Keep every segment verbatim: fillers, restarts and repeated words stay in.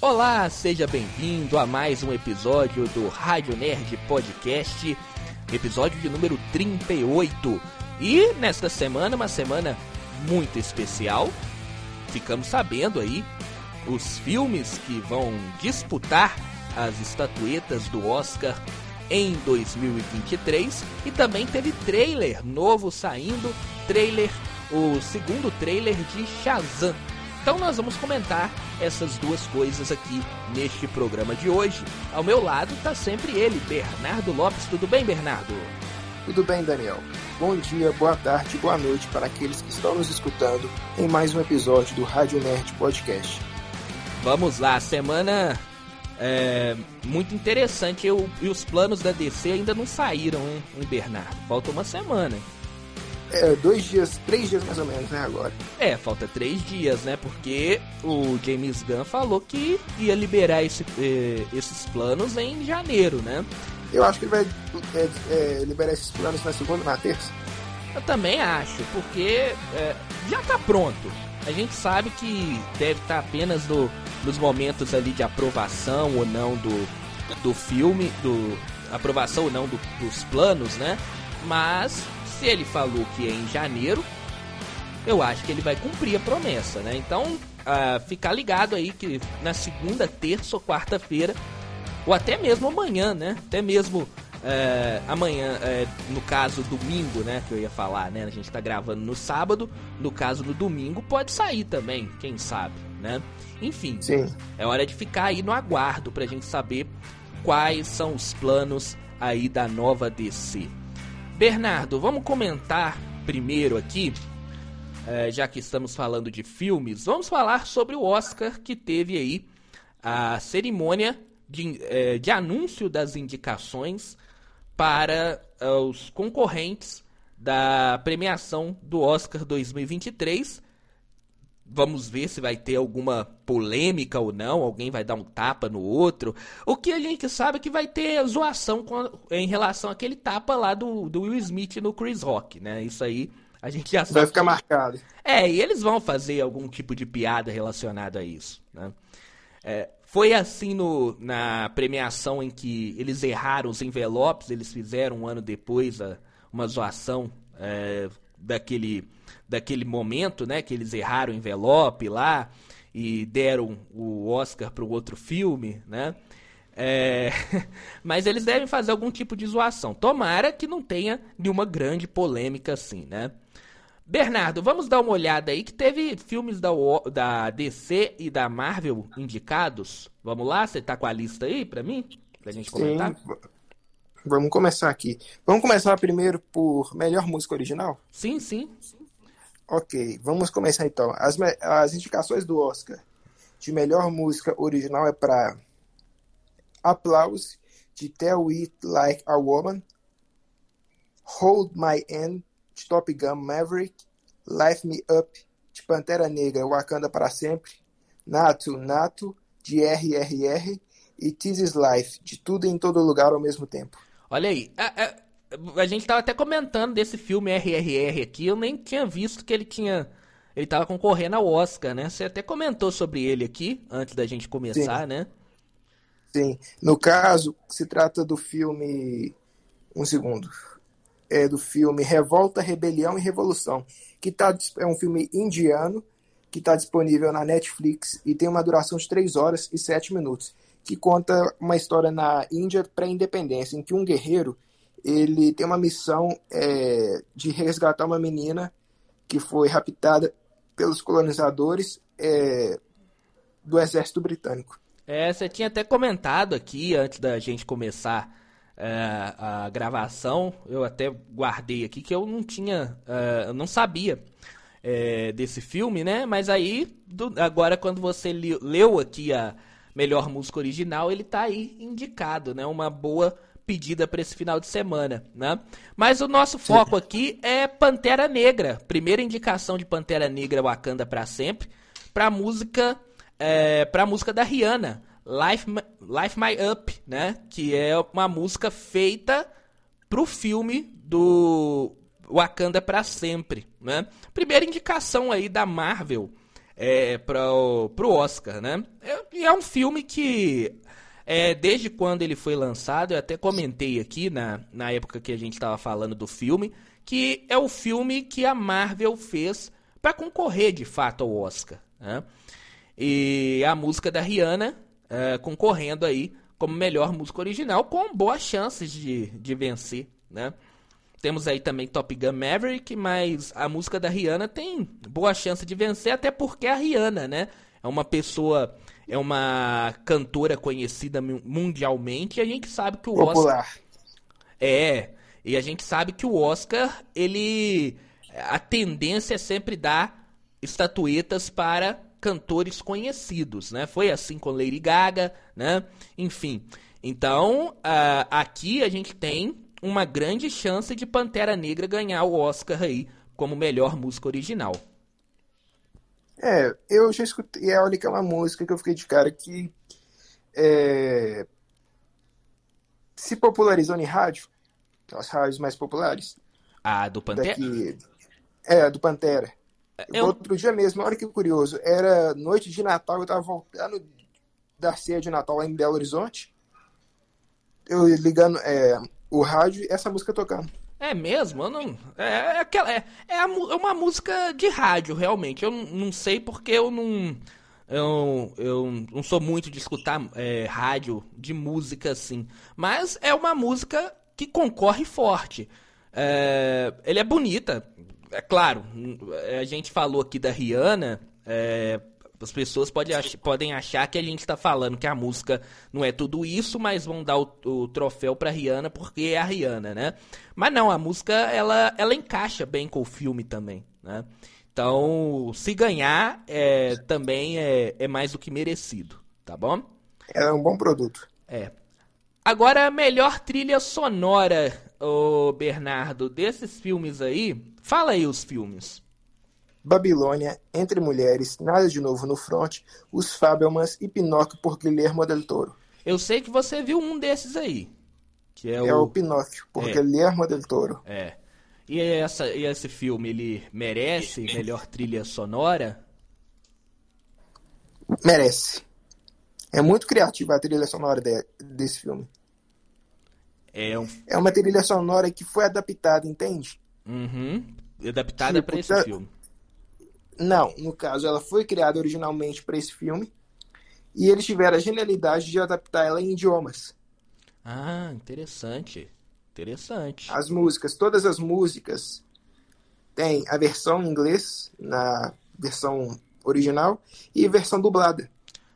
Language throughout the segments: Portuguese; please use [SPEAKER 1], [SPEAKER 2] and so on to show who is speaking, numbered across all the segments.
[SPEAKER 1] Olá, seja bem-vindo a mais um episódio do Rádio Nerd Podcast, episódio de número trinta e oito. E nesta semana, uma semana muito especial, ficamos sabendo aí os filmes que vão disputar as estatuetas do Oscar em dois mil e vinte e três, e também teve trailer novo saindo, trailer, o segundo trailer de Shazam. Então nós vamos comentar essas duas coisas aqui neste programa de hoje. Ao meu lado está sempre ele, Bernardo Lopes. Tudo bem, Bernardo?
[SPEAKER 2] Tudo bem, Daniel. Bom dia, boa tarde, boa noite para aqueles que estão nos escutando em mais um episódio do Rádio Nerd Podcast.
[SPEAKER 1] Vamos lá, semana é, muito interessante. Eu, e os planos da D C ainda não saíram, hein, hein, Bernardo? Falta uma semana.
[SPEAKER 2] É, dois dias, três dias mais ou menos, né, agora?
[SPEAKER 1] É, falta três dias, né, porque o James Gunn falou que ia liberar esse, eh, esses planos em janeiro, né?
[SPEAKER 2] Eu acho que ele vai é, é, liberar esses planos na segunda, na terça.
[SPEAKER 1] Eu também acho, porque é, já tá pronto. A gente sabe que deve estar apenas no, nos momentos ali de aprovação ou não do, do filme, do aprovação ou não do, dos planos, né? Mas se ele falou que é em janeiro, eu acho que ele vai cumprir a promessa, né? Então, uh, ficar ligado aí que na segunda, terça ou quarta-feira, ou até mesmo amanhã, né? Até mesmo uh, amanhã, uh, no caso domingo, né? Que eu ia falar, né? A gente tá gravando no sábado, no caso no domingo pode sair também, quem sabe, né? Enfim,
[SPEAKER 2] Sim.
[SPEAKER 1] É hora de ficar aí no aguardo pra gente saber quais são os planos aí da nova D C. Bernardo, vamos comentar primeiro aqui, eh, já que estamos falando de filmes, vamos falar sobre o Oscar, que teve aí a cerimônia de, eh, de anúncio das indicações para eh, os concorrentes da premiação do Oscar dois mil e vinte e três. Vamos ver se vai ter alguma polêmica ou não, alguém vai dar um tapa no outro. O que a gente sabe é que vai ter zoação com a, em relação àquele tapa lá do, do Will Smith no Chris Rock, né? Isso aí a gente já sabe.
[SPEAKER 2] Vai ficar marcado.
[SPEAKER 1] É, e eles vão fazer algum tipo de piada relacionada a isso, né? É, foi assim no, na premiação em que eles erraram os envelopes, eles fizeram um ano depois a, uma zoação é, daquele... daquele momento, né, que eles erraram o envelope lá e deram o Oscar para o outro filme, né, é... mas eles devem fazer algum tipo de zoação. Tomara que não tenha nenhuma grande polêmica assim, né. Bernardo, vamos dar uma olhada aí que teve filmes da, o... da D C e da Marvel indicados. Vamos lá, você tá com a lista aí para mim? Pra gente comentar?
[SPEAKER 2] Sim. Vamos começar aqui. Vamos começar primeiro por melhor música original?
[SPEAKER 1] Sim, sim.
[SPEAKER 2] Ok, vamos começar então. As, as indicações do Oscar de melhor música original é para Applause, de Tell It Like a Woman, Hold My Hand, de Top Gun Maverick, Lift Me Up, de Pantera Negra, Wakanda para Sempre, Nato Nato, de R R R, e This Is Life, de Tudo em Todo Lugar ao Mesmo Tempo.
[SPEAKER 1] Olha aí, a, a, a gente tava até comentando desse filme R R R aqui, eu nem tinha visto que ele tinha, ele tava concorrendo ao Oscar, né? Você até comentou sobre ele aqui, antes da gente começar,
[SPEAKER 2] Sim.
[SPEAKER 1] né?
[SPEAKER 2] Sim, no caso, se trata do filme, um segundo, é do filme Revolta, Rebelião e Revolução, que tá, é um filme indiano, que está disponível na Netflix e tem uma duração de três horas e sete minutos, que conta uma história na Índia pré-independência, em que um guerreiro ele tem uma missão é, de resgatar uma menina que foi raptada pelos colonizadores é, do exército britânico.
[SPEAKER 1] É, você tinha até comentado aqui, antes da gente começar é, a gravação, eu até guardei aqui que eu não tinha, é, eu não sabia é, desse filme, né? Mas aí, do, agora quando você li, leu aqui a melhor música original, ele tá aí indicado, né? Uma boa pedida para esse final de semana, né? Mas o nosso foco aqui é Pantera Negra. Primeira indicação de Pantera Negra, Wakanda para Sempre, para música, é, para música da Rihanna, Life, Life My Up, né? Que é uma música feita pro filme do Wakanda para Sempre, né? Primeira indicação aí da Marvel é, pro, pro Oscar, né? Eu, e é um filme que, é, desde quando ele foi lançado, eu até comentei aqui na, na época que a gente estava falando do filme, que é o filme que a Marvel fez para concorrer de fato ao Oscar, né? E a música da Rihanna é, concorrendo aí como melhor música original, com boas chances de, de vencer, né? Temos aí também Top Gun Maverick, mas a música da Rihanna tem boa chance de vencer, até porque a Rihanna, né, é uma pessoa, é uma cantora conhecida mundialmente, e a gente sabe que o
[SPEAKER 2] Popular.
[SPEAKER 1] Oscar... É, e a gente sabe que o Oscar, ele... A tendência é sempre dar estatuetas para cantores conhecidos, né? Foi assim com Lady Gaga, né? Enfim, então, uh, aqui a gente tem uma grande chance de Pantera Negra ganhar o Oscar aí como melhor música original.
[SPEAKER 2] É, eu já escutei, é, olha que é uma música que eu fiquei de cara que é, se popularizou em rádio, as rádios mais populares.
[SPEAKER 1] Ah, do Pantera?
[SPEAKER 2] Daqui, é, do Pantera.
[SPEAKER 1] Eu...
[SPEAKER 2] Outro dia mesmo, olha que curioso, era noite de Natal, eu tava voltando da ceia de Natal lá em Belo Horizonte, eu ligando é, o rádio e essa música tocando.
[SPEAKER 1] É mesmo? Eu não, é, é, aquela, é, é, a, é uma música de rádio, realmente. Eu não, não sei porque eu não... Eu, eu não sou muito de escutar é, rádio de música assim. Mas é uma música que concorre forte. É, ele é bonita, é claro. A gente falou aqui da Rihanna. É, as pessoas pode ach, podem achar que a gente está falando que a música não é tudo isso, mas vão dar o, o troféu para Rihanna porque é a Rihanna, né? Mas não, a música ela, ela encaixa bem com o filme também, né? Então, se ganhar, é, também é, é mais do que merecido, tá bom?
[SPEAKER 2] É um bom produto.
[SPEAKER 1] É. Agora, melhor trilha sonora, ô Bernardo, desses filmes aí, fala aí os filmes.
[SPEAKER 2] Babilônia, Entre Mulheres, Nada de Novo no Front, Os Fabelmans e Pinóquio por Guillermo del Toro.
[SPEAKER 1] Eu sei que você viu um desses aí, que é,
[SPEAKER 2] é o... o Pinóquio, por é. Guillermo del Toro.
[SPEAKER 1] É. E, essa, e esse filme, ele merece melhor trilha sonora?
[SPEAKER 2] Merece. É muito criativa a trilha sonora de, desse filme.
[SPEAKER 1] É, um...
[SPEAKER 2] é uma trilha sonora que foi adaptada, entende?
[SPEAKER 1] Uhum. Adaptada tipo, para esse tá... filme.
[SPEAKER 2] Não, no caso, ela foi criada originalmente para esse filme e eles tiveram a genialidade de adaptar ela em idiomas.
[SPEAKER 1] Ah, interessante. Interessante.
[SPEAKER 2] As músicas, todas as músicas tem a versão em inglês, na versão original, e a versão dublada.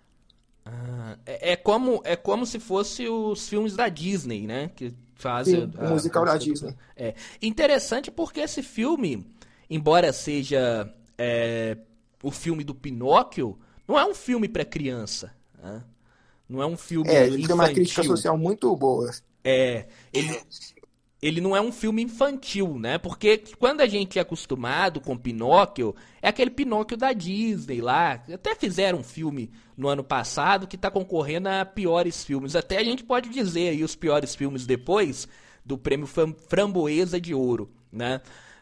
[SPEAKER 1] Ah, é, é, como, é como se fosse os filmes da Disney, né? Que fazem
[SPEAKER 2] Sim, o musical da Disney.
[SPEAKER 1] É interessante porque esse filme, embora seja é, o filme do Pinóquio, não é um filme para criança, né? Não é um filme
[SPEAKER 2] É, ele
[SPEAKER 1] infantil.
[SPEAKER 2] tem uma crítica social muito boa.
[SPEAKER 1] É, ele, ele não é um filme infantil, né? Porque quando a gente é acostumado com Pinóquio, é aquele Pinóquio da Disney lá. Até fizeram um filme no ano passado que tá concorrendo a piores filmes. Até a gente pode dizer aí os piores filmes depois do prêmio Framboesa de Ouro, né?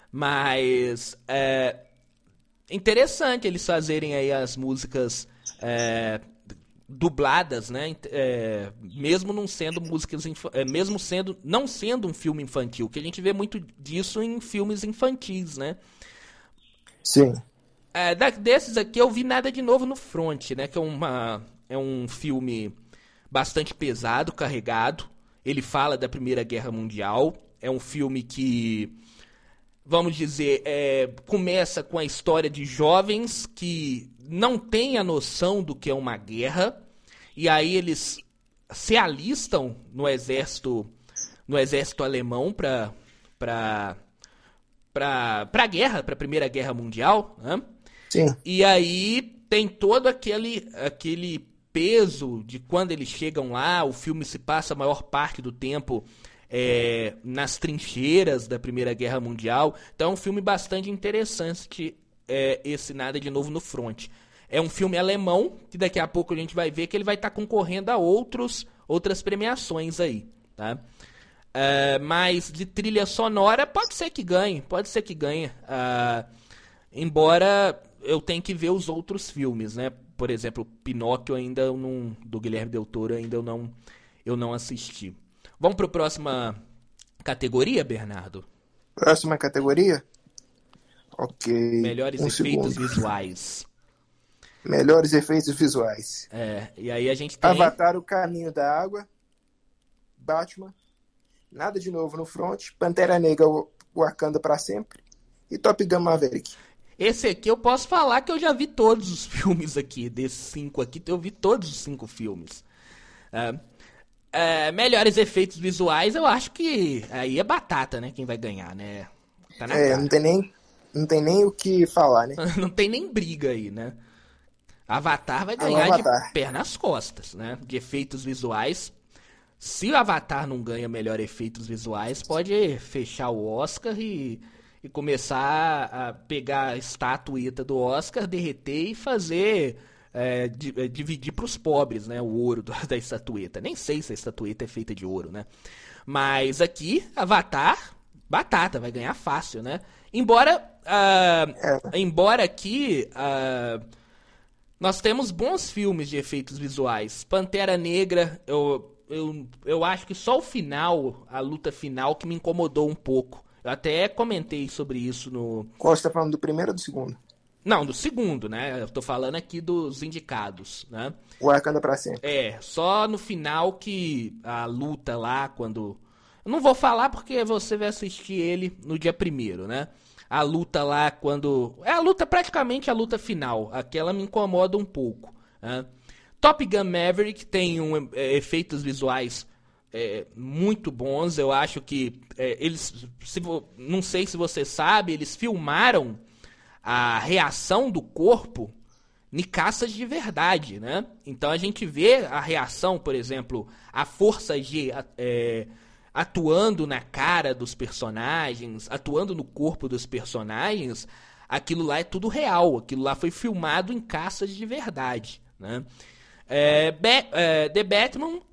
[SPEAKER 1] Mas é interessante eles fazerem aí as músicas é, dubladas, né? É, mesmo não sendo músicas, é, mesmo sendo não sendo um filme infantil, que a gente vê muito disso em filmes infantis, né?
[SPEAKER 2] Sim.
[SPEAKER 1] É, da, desses aqui eu vi Nada de Novo no Front, né? Que é uma é um filme bastante pesado, carregado. Ele fala da Primeira Guerra Mundial. É um filme que, vamos dizer, é, começa com a história de jovens que não têm a noção do que é uma guerra, e aí eles se alistam no exército, no exército alemão para para para para a guerra, para a Primeira Guerra Mundial, né?
[SPEAKER 2] Sim.
[SPEAKER 1] E aí tem todo aquele aquele peso de quando eles chegam lá. O filme se passa a maior parte do tempo É, nas trincheiras da Primeira Guerra Mundial. Então é um filme bastante interessante, é, esse Nada de Novo no Front. É um filme alemão, que daqui a pouco a gente vai ver que ele vai estar tá concorrendo a outros, outras premiações aí, tá? É, mas de trilha sonora, pode ser que ganhe, pode ser que ganhe. Uh, embora eu tenha que ver os outros filmes, né? por exemplo, Pinóquio ainda eu não, do Guilherme Del Toro ainda eu não, eu não assisti. Vamos para a próxima categoria, Bernardo?
[SPEAKER 2] Próxima categoria? Ok.
[SPEAKER 1] Melhores
[SPEAKER 2] um
[SPEAKER 1] efeitos
[SPEAKER 2] segundo.
[SPEAKER 1] visuais.
[SPEAKER 2] Melhores efeitos visuais.
[SPEAKER 1] É, e aí a gente tem...
[SPEAKER 2] Avatar, O Caminho da Água, Batman, Nada de Novo no Front, Pantera Negra, Wakanda pra Sempre e Top Gun Maverick.
[SPEAKER 1] Esse aqui eu posso falar que eu já vi todos os filmes aqui, desses cinco aqui, eu vi todos os cinco filmes. É, é, melhores efeitos visuais, eu acho que aí é batata, né? Quem vai ganhar, né? Tá na
[SPEAKER 2] É,
[SPEAKER 1] cara.
[SPEAKER 2] não tem nem, não tem nem o que falar, né?
[SPEAKER 1] Não tem nem briga aí, né? Avatar vai
[SPEAKER 2] É o
[SPEAKER 1] ganhar
[SPEAKER 2] Avatar.
[SPEAKER 1] de pé nas costas, né? De efeitos visuais. Se o Avatar não ganha melhor efeitos visuais, pode fechar o Oscar e, e começar a pegar a estatueta do Oscar, derreter e fazer... É, di- é, dividir pros pobres, né? O ouro do- da estatueta. Nem sei se a estatueta é feita de ouro, né? Mas aqui, Avatar, batata, vai ganhar fácil, né? Embora... ah,
[SPEAKER 2] É.
[SPEAKER 1] embora aqui... ah, nós temos bons filmes de efeitos visuais. Pantera Negra, eu, eu, eu acho que só o final, a luta final, que me incomodou um pouco. Eu até comentei sobre isso no...
[SPEAKER 2] Qual você tá falando, do primeiro ou do segundo?
[SPEAKER 1] Não, do segundo, né? Eu tô falando aqui dos indicados, né?
[SPEAKER 2] Wakanda pra Sempre.
[SPEAKER 1] É, só no final que a luta lá, quando... Eu não vou falar porque você vai assistir ele no dia primeiro, né? A luta lá quando... É a luta, praticamente a luta final. Aquela me incomoda um pouco, né? Top Gun Maverick tem um, é, efeitos visuais é, muito bons. Eu acho que é, eles... Se vo, não sei se você sabe, eles filmaram a reação do corpo em caças de verdade, né? Então a gente vê a reação, por exemplo, a força G é, atuando na cara dos personagens, atuando no corpo dos personagens. Aquilo lá é tudo real, aquilo lá foi filmado em caças de verdade, né? É, Be- é, The Batman,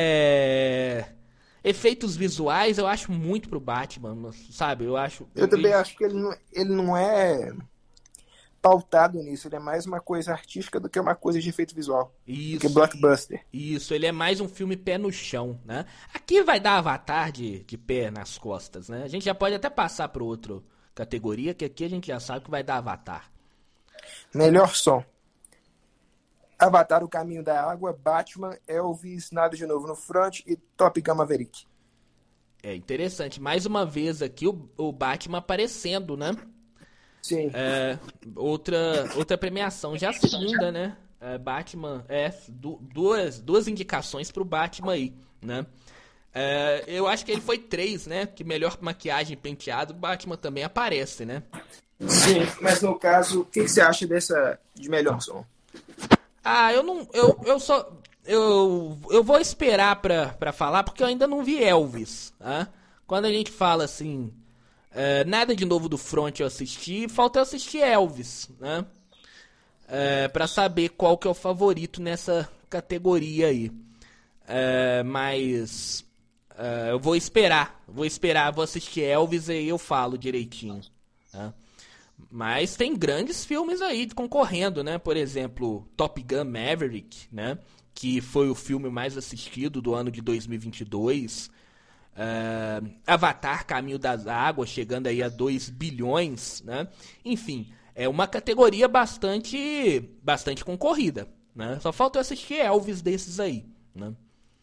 [SPEAKER 1] é, efeitos visuais eu acho muito pro Batman, sabe? Eu acho.
[SPEAKER 2] Eu
[SPEAKER 1] Eu
[SPEAKER 2] também
[SPEAKER 1] vejo-
[SPEAKER 2] acho que ele não, ele não é pautado nisso. Ele é mais uma coisa artística do que uma coisa de efeito visual. Do que
[SPEAKER 1] Isso.
[SPEAKER 2] blockbuster.
[SPEAKER 1] Isso, ele é mais um filme pé no chão, né? Aqui vai dar Avatar de, de pé nas costas, né? A gente já pode até passar para outra categoria, que aqui a gente já sabe que vai dar Avatar.
[SPEAKER 2] Melhor som. Avatar, O Caminho da Água, Batman, Elvis, Nada de Novo no Front e Top Gun Maverick.
[SPEAKER 1] É interessante, mais uma vez aqui o, o Batman aparecendo, né?
[SPEAKER 2] Sim.
[SPEAKER 1] É, outra, outra premiação, já a segunda, né? É, Batman, é, du- duas, duas indicações pro Batman aí, né? É, eu acho que ele foi três, né? Que melhor maquiagem e penteado, o Batman também aparece, né?
[SPEAKER 2] Sim, mas no caso, o que, que você acha dessa de melhor som?
[SPEAKER 1] Ah, eu não. Eu, eu só. Eu, eu vou esperar pra, pra falar, porque eu ainda não vi Elvis. Tá? Quando a gente fala assim. é, nada de novo do Front eu assisti, falta eu assistir Elvis, né? É, pra saber qual que é o favorito nessa categoria aí. É, mas. é, eu vou esperar. Vou esperar, vou assistir Elvis e aí eu falo direitinho. Tá? Mas tem grandes filmes aí concorrendo, né? Por exemplo, Top Gun Maverick, né? Que foi o filme mais assistido do ano de dois mil e vinte e dois. É, Avatar, Caminho das Águas, chegando aí a dois bilhões, né? Enfim, é uma categoria bastante, bastante concorrida, né? Só falta eu assistir Elvis desses aí, né?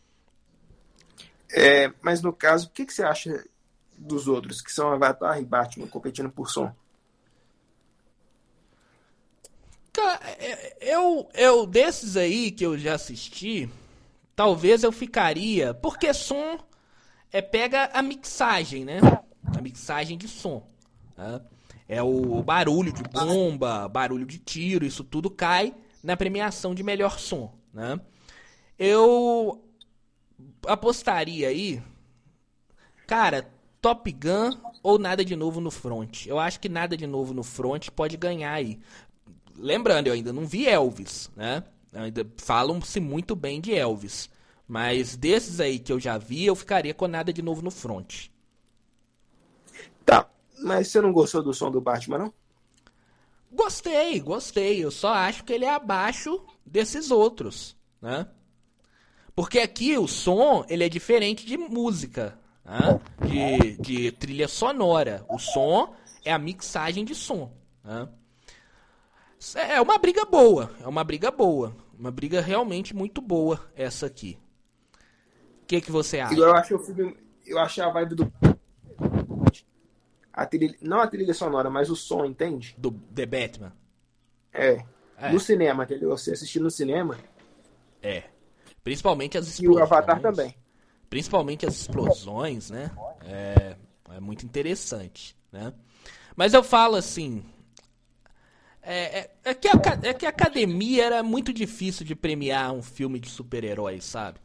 [SPEAKER 2] É, mas no caso, o que, que você acha dos outros, que são Avatar e Batman competindo por som?
[SPEAKER 1] Cara, é- eu, eu, desses aí que eu já assisti, talvez eu ficaria. Porque som é pega a mixagem, né? A mixagem de som. Né? É o barulho de bomba, barulho de tiro, isso tudo cai na premiação de melhor som, né? Eu apostaria aí, cara, Top Gun ou Nada de Novo no Front. Eu acho que Nada de Novo no Front pode ganhar aí. Lembrando, eu ainda não vi Elvis, né? Ainda falam-se muito bem de Elvis. Mas desses aí que eu já vi, eu ficaria com Nada de Novo no Front.
[SPEAKER 2] Tá, mas você não gostou do som do Batman, não?
[SPEAKER 1] Gostei, gostei. Eu só acho que ele é abaixo desses outros, né? Porque aqui o som, ele é diferente de música, né? de, de trilha sonora. O som é a mixagem de som, né? É uma briga boa, é uma briga boa. Uma briga realmente muito boa essa aqui. O que, que você acha?
[SPEAKER 2] Eu acho o filme, eu acho a vibe do a trilha, não a trilha sonora, mas o som, entende?
[SPEAKER 1] Do The Batman?
[SPEAKER 2] É.
[SPEAKER 1] É.
[SPEAKER 2] No cinema, entendeu? Você assistir no cinema.
[SPEAKER 1] É. Principalmente as
[SPEAKER 2] E o
[SPEAKER 1] explosões.
[SPEAKER 2] Avatar também.
[SPEAKER 1] Principalmente as explosões, né? É, é muito interessante, né? Mas eu falo assim... É, é, é, que a, é que a academia era muito difícil de premiar um filme de super-heróis, sabe?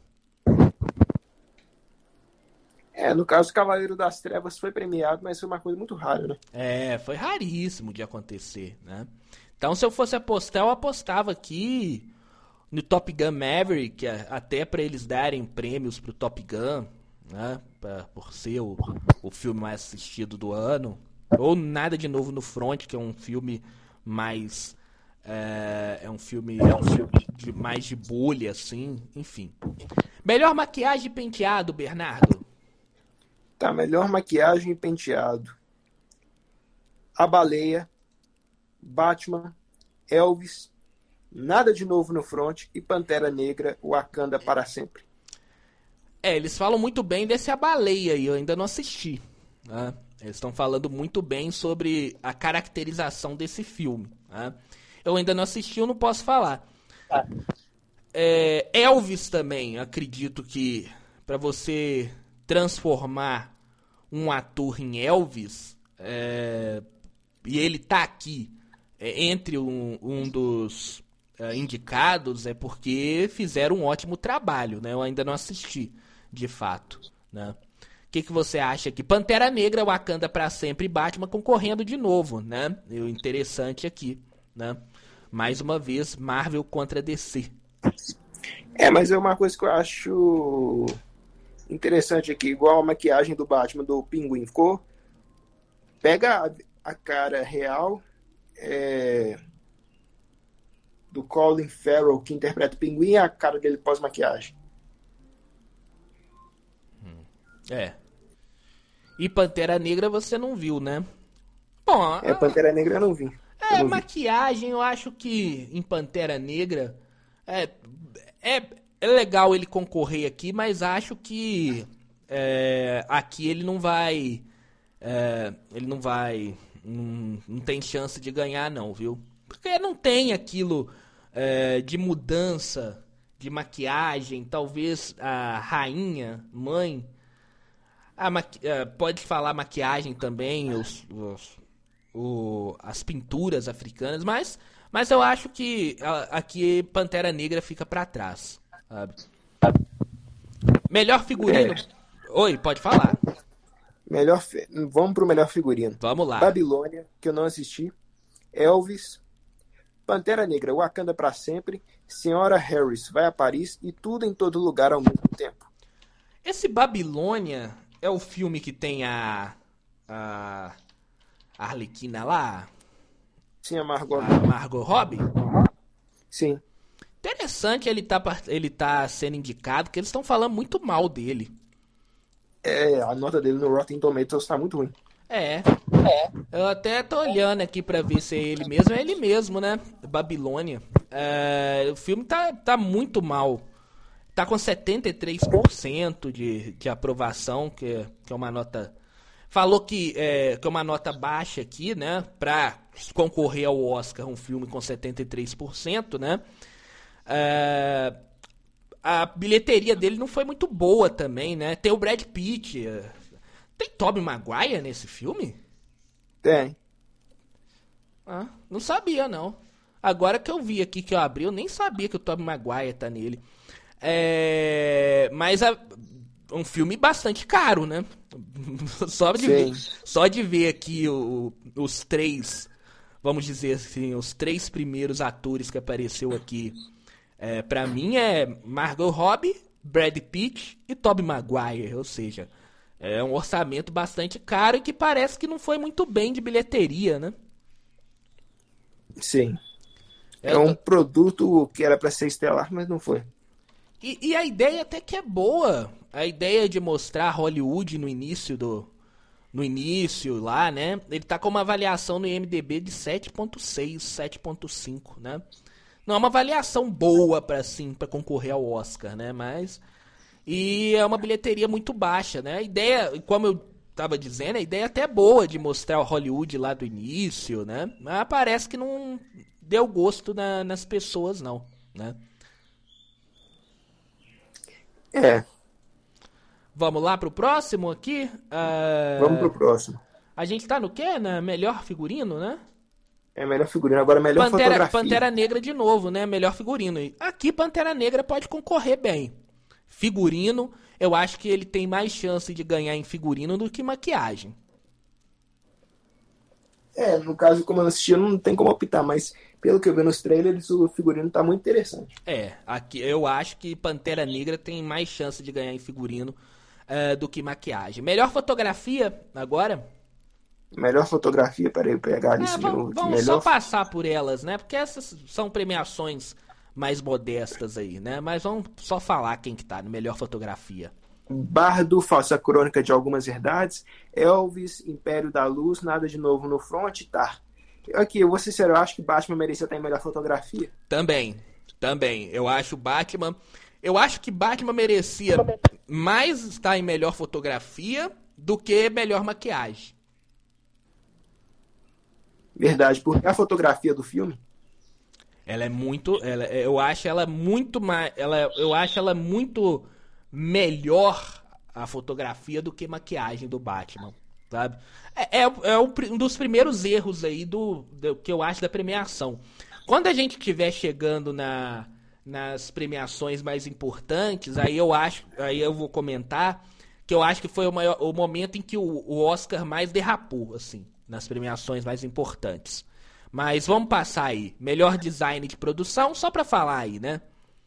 [SPEAKER 2] É, no caso, Cavaleiro das Trevas foi premiado, mas foi uma coisa muito rara, né?
[SPEAKER 1] É, foi raríssimo de acontecer, né? Então, se eu fosse apostar, eu apostava aqui no Top Gun Maverick, até para eles darem prêmios pro Top Gun, né? Pra, por ser o, o filme mais assistido do ano. Ou Nada de Novo no Front, que é um filme mais... É, é um filme, é um filme de, mais de bolha, assim, enfim. Melhor maquiagem e penteado, Bernardo?
[SPEAKER 2] Tá, melhor maquiagem e penteado. A Baleia, Batman, Elvis, Nada de Novo no Front e Pantera Negra, Wakanda para sempre.
[SPEAKER 1] É, eles falam muito bem desse A Baleia e eu ainda não assisti, né? Eles estão falando muito bem sobre a caracterização desse filme, né? Eu ainda não assisti, eu não posso falar.
[SPEAKER 2] Ah.
[SPEAKER 1] É, Elvis também, acredito que para você transformar um ator em Elvis, é, e ele tá aqui é, entre um, um dos é, indicados, é porque fizeram um ótimo trabalho, né? Eu ainda não assisti, de fato, né? O que, que você acha aqui? Pantera Negra, Wakanda pra sempre e Batman concorrendo de novo, né? E o interessante aqui, né? Mais uma vez, Marvel contra D C.
[SPEAKER 2] É, mas é uma coisa que eu acho interessante aqui, igual a maquiagem do Batman do Pinguim. Ficou. Pega a, a cara real é, do Colin Farrell, que interpreta o Pinguim, e a cara dele pós-maquiagem.
[SPEAKER 1] É. E Pantera Negra você não viu, né? Bom,
[SPEAKER 2] É, Pantera Negra eu não vi.
[SPEAKER 1] É,
[SPEAKER 2] eu não
[SPEAKER 1] maquiagem, eu acho que em Pantera Negra é, é, é legal ele concorrer aqui, mas acho que é, aqui ele não vai. É, ele não vai. Não, não tem chance de ganhar, não, viu? Porque não tem aquilo é, de mudança de maquiagem. Talvez a rainha, mãe. A maqui, é, pode falar maquiagem também, os, os O, as pinturas africanas, mas, mas eu acho que a, aqui Pantera Negra fica pra trás, sabe? Melhor figurino. É. Oi, pode falar.
[SPEAKER 2] Melhor, vamos pro melhor figurino.
[SPEAKER 1] Vamos lá.
[SPEAKER 2] Babilônia, que eu não assisti. Elvis, Pantera Negra, Wakanda pra sempre, Senhora Harris vai a Paris e Tudo em Todo Lugar ao mesmo tempo.
[SPEAKER 1] Esse Babilônia é o filme que tem a a A Arlequina lá?
[SPEAKER 2] Sim, a Margot.
[SPEAKER 1] A Margot Robbie?
[SPEAKER 2] Sim.
[SPEAKER 1] Interessante ele tá, ele tá sendo indicado, porque eles estão falando muito mal dele.
[SPEAKER 2] É, a nota dele no Rotten Tomatoes tá muito ruim.
[SPEAKER 1] É. é. Eu até tô olhando aqui pra ver se é ele mesmo. É ele mesmo, né? Babilônia. É, o filme tá, tá muito mal. Tá com setenta e três por cento de, de aprovação, que, que é uma nota... Falou que é, que é uma nota baixa aqui, né? Pra concorrer ao Oscar, um filme com setenta e três por cento, né? É, a bilheteria dele não foi muito boa também, né? Tem o Brad Pitt. Tem Tobey Maguire nesse filme?
[SPEAKER 2] Tem.
[SPEAKER 1] Ah, não sabia, não. Agora que eu vi aqui, que eu abri, eu nem sabia que o Tobey Maguire tá nele. É, mas a... um filme bastante caro, né? Só de, ver, só de ver aqui o, os três, vamos dizer assim, os três primeiros atores que apareceu aqui, é, pra mim é Margot Robbie, Brad Pitt e Tobey Maguire, ou seja, é um orçamento bastante caro e que parece que não foi muito bem de bilheteria, né?
[SPEAKER 2] Sim. É
[SPEAKER 1] Eu
[SPEAKER 2] um
[SPEAKER 1] tô-
[SPEAKER 2] produto que era para ser estelar, mas não foi.
[SPEAKER 1] E, e a ideia até que é boa. A ideia de mostrar Hollywood no início do. No início lá, né? Ele tá com uma avaliação no IMDb de sete ponto seis, sete ponto cinco, né? Não é uma avaliação boa para assim, para concorrer ao Oscar, né? Mas e é uma bilheteria muito baixa, né? A ideia, como eu tava dizendo, a ideia até é boa de mostrar o Hollywood lá do início, né? Mas parece que não deu gosto na- nas pessoas, não, né?
[SPEAKER 2] É,
[SPEAKER 1] Vamos lá pro próximo aqui.
[SPEAKER 2] vamos
[SPEAKER 1] Ah,
[SPEAKER 2] pro próximo.
[SPEAKER 1] a gente tá no quê? Na melhor figurino, né?
[SPEAKER 2] É melhor figurino, agora melhor
[SPEAKER 1] Pantera,
[SPEAKER 2] fotografia.
[SPEAKER 1] Pantera Negra de novo, né? Melhor figurino. E aqui Pantera Negra pode concorrer bem. Figurino, eu acho que ele tem mais chance de ganhar em figurino do que maquiagem.
[SPEAKER 2] É, no caso, como eu não assisti, não tem como optar, mas pelo que eu vi nos trailers, o figurino tá muito interessante.
[SPEAKER 1] É, aqui eu acho que Pantera Negra tem mais chance de ganhar em figurino eh, do que maquiagem. Melhor fotografia agora?
[SPEAKER 2] Melhor fotografia, peraí, eu pegar a
[SPEAKER 1] É,
[SPEAKER 2] lista de
[SPEAKER 1] vamos,
[SPEAKER 2] novo aqui.
[SPEAKER 1] vamos só
[SPEAKER 2] Melhor.
[SPEAKER 1] passar por elas, né? Porque essas são premiações mais modestas aí, né? Mas vamos só falar quem que tá no melhor fotografia.
[SPEAKER 2] Bardo, Falsa Crônica de Algumas Verdades, Elvis, Império da Luz, Nada de Novo no Front, tá. Aqui, eu vou ser sincero, eu acho que Batman merecia estar em melhor fotografia.
[SPEAKER 1] Também, também. Eu acho Batman. Eu acho que Batman merecia mais estar em melhor fotografia do que melhor maquiagem.
[SPEAKER 2] Verdade, porque a fotografia do filme,
[SPEAKER 1] Ela é muito, ela, eu acho ela muito mais, ela, eu acho ela muito melhor a fotografia do que maquiagem do Batman, sabe? É, é, é o um dos primeiros erros aí do, do que eu acho da premiação. Quando a gente estiver chegando na, nas premiações mais importantes, aí eu acho, aí eu vou comentar que eu acho que foi o, maior, o momento em que o, o Oscar mais derrapou, assim, nas premiações mais importantes. Mas vamos passar aí. Melhor design de produção, só pra falar aí, né?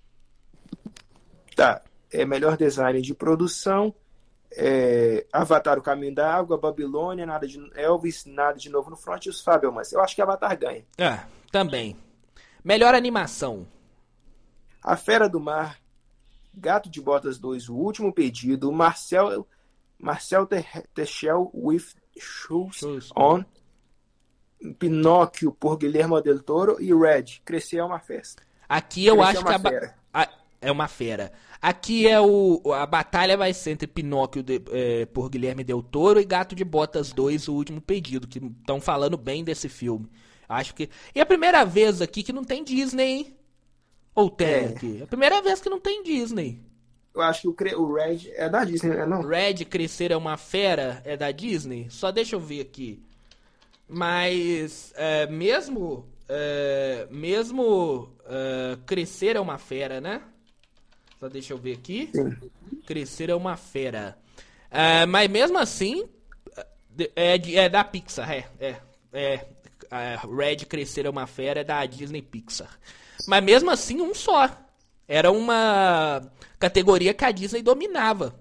[SPEAKER 2] tá. É melhor design de produção, é, Avatar, O Caminho da Água, Babilônia, nada de Elvis, Nada de Novo no Front e os Fabelmans. Eu acho que Avatar ganha.
[SPEAKER 1] Ah, também. Melhor animação.
[SPEAKER 2] A Fera do Mar, Gato de Botas dois, O Último Pedido, Marcel, Marcel Techel with Shoes
[SPEAKER 1] Shoes
[SPEAKER 2] On, Pinóquio por Guilherme Del Toro e Red, Crescer é uma Festa.
[SPEAKER 1] Aqui eu
[SPEAKER 2] Crescer
[SPEAKER 1] acho
[SPEAKER 2] é
[SPEAKER 1] que
[SPEAKER 2] uma
[SPEAKER 1] a, ba-
[SPEAKER 2] fera.
[SPEAKER 1] a- é uma fera. Aqui é o a batalha vai ser entre Pinóquio de- é, por Guilherme Del Toro e Gato de Botas dois, O Último Pedido, que estão falando bem desse filme. Acho que e é a primeira vez aqui que não tem Disney, hein? Ou tem
[SPEAKER 2] É.
[SPEAKER 1] aqui? É a primeira vez que não tem Disney.
[SPEAKER 2] Eu acho que o, Cre- o Red é da Disney, né? Não.
[SPEAKER 1] Red Crescer é uma fera é da Disney? Só deixa eu ver aqui. Mas é, mesmo é, mesmo é, Crescer é uma fera, né? Só deixa eu ver aqui.
[SPEAKER 2] Sim.
[SPEAKER 1] Crescer é uma fera. É, mas mesmo assim é, de- é da Pixar, é, é, é, é, Red Crescer é uma fera é da Disney Pixar. Mas mesmo assim um só. Era uma categoria que a Disney dominava.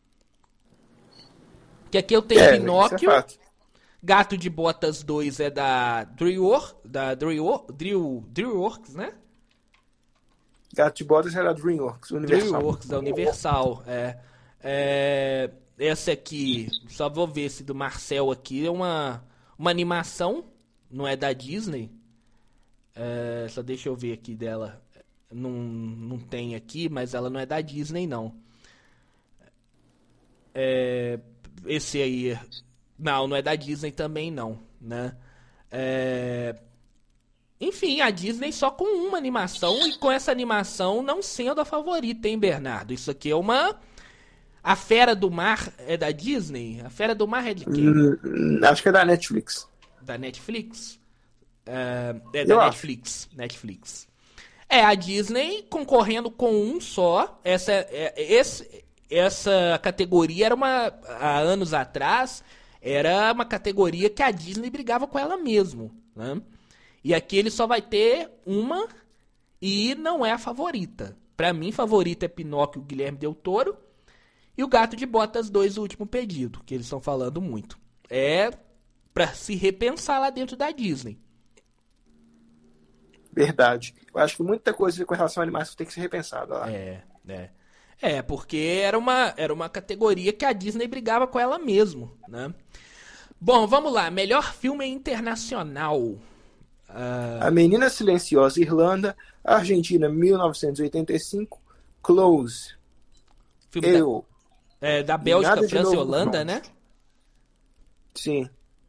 [SPEAKER 1] Que aqui eu tenho
[SPEAKER 2] É,
[SPEAKER 1] Pinóquio.
[SPEAKER 2] isso é fato.
[SPEAKER 1] Gato de Botas dois é da DreamWorks, da Dream, Dream, DreamWorks, né?
[SPEAKER 2] Gato de Botas era DreamWorks, Universal.
[SPEAKER 1] DreamWorks da Universal, é. É, essa aqui, só vou ver se do Marcel aqui é uma uma animação, não é da Disney. É, só deixa eu ver aqui dela. Não, não tem aqui, mas ela não é da Disney, não. É, esse aí. Não, não é da Disney também, não, né? É, enfim, a Disney só com uma animação e com essa animação não sendo a favorita, hein, Bernardo? Isso aqui é uma. A Fera do Mar é da Disney? A Fera do Mar é de quem?
[SPEAKER 2] Hum, acho que é da Netflix.
[SPEAKER 1] Da Netflix? É, é
[SPEAKER 2] Eu
[SPEAKER 1] da
[SPEAKER 2] acho.
[SPEAKER 1] Netflix. Netflix. É, a Disney concorrendo com um só. Essa, é, esse, essa categoria era uma. Há anos atrás, era uma categoria que a Disney brigava com ela mesmo, né? E aqui ele só vai ter uma e não é a favorita. Pra mim, favorita é Pinóquio e Guilherme Del Toro. E o Gato de Botas dois, O Último Pedido, que eles estão falando muito. É pra se repensar lá dentro da Disney.
[SPEAKER 2] Verdade. Eu acho que muita coisa com relação a animais tem que ser repensada lá.
[SPEAKER 1] É, é. É, porque era uma, era uma categoria que a Disney brigava com ela mesmo, né? Bom, vamos lá. Melhor filme internacional.
[SPEAKER 2] A Menina Silenciosa, Irlanda. Argentina, mil novecentos e oitenta e cinco. Close.
[SPEAKER 1] Filme
[SPEAKER 2] Eu.
[SPEAKER 1] da, é, da
[SPEAKER 2] E
[SPEAKER 1] Bélgica,
[SPEAKER 2] Nada de
[SPEAKER 1] França e
[SPEAKER 2] Novo no
[SPEAKER 1] Holanda,
[SPEAKER 2] Front.
[SPEAKER 1] né?
[SPEAKER 2] Sim.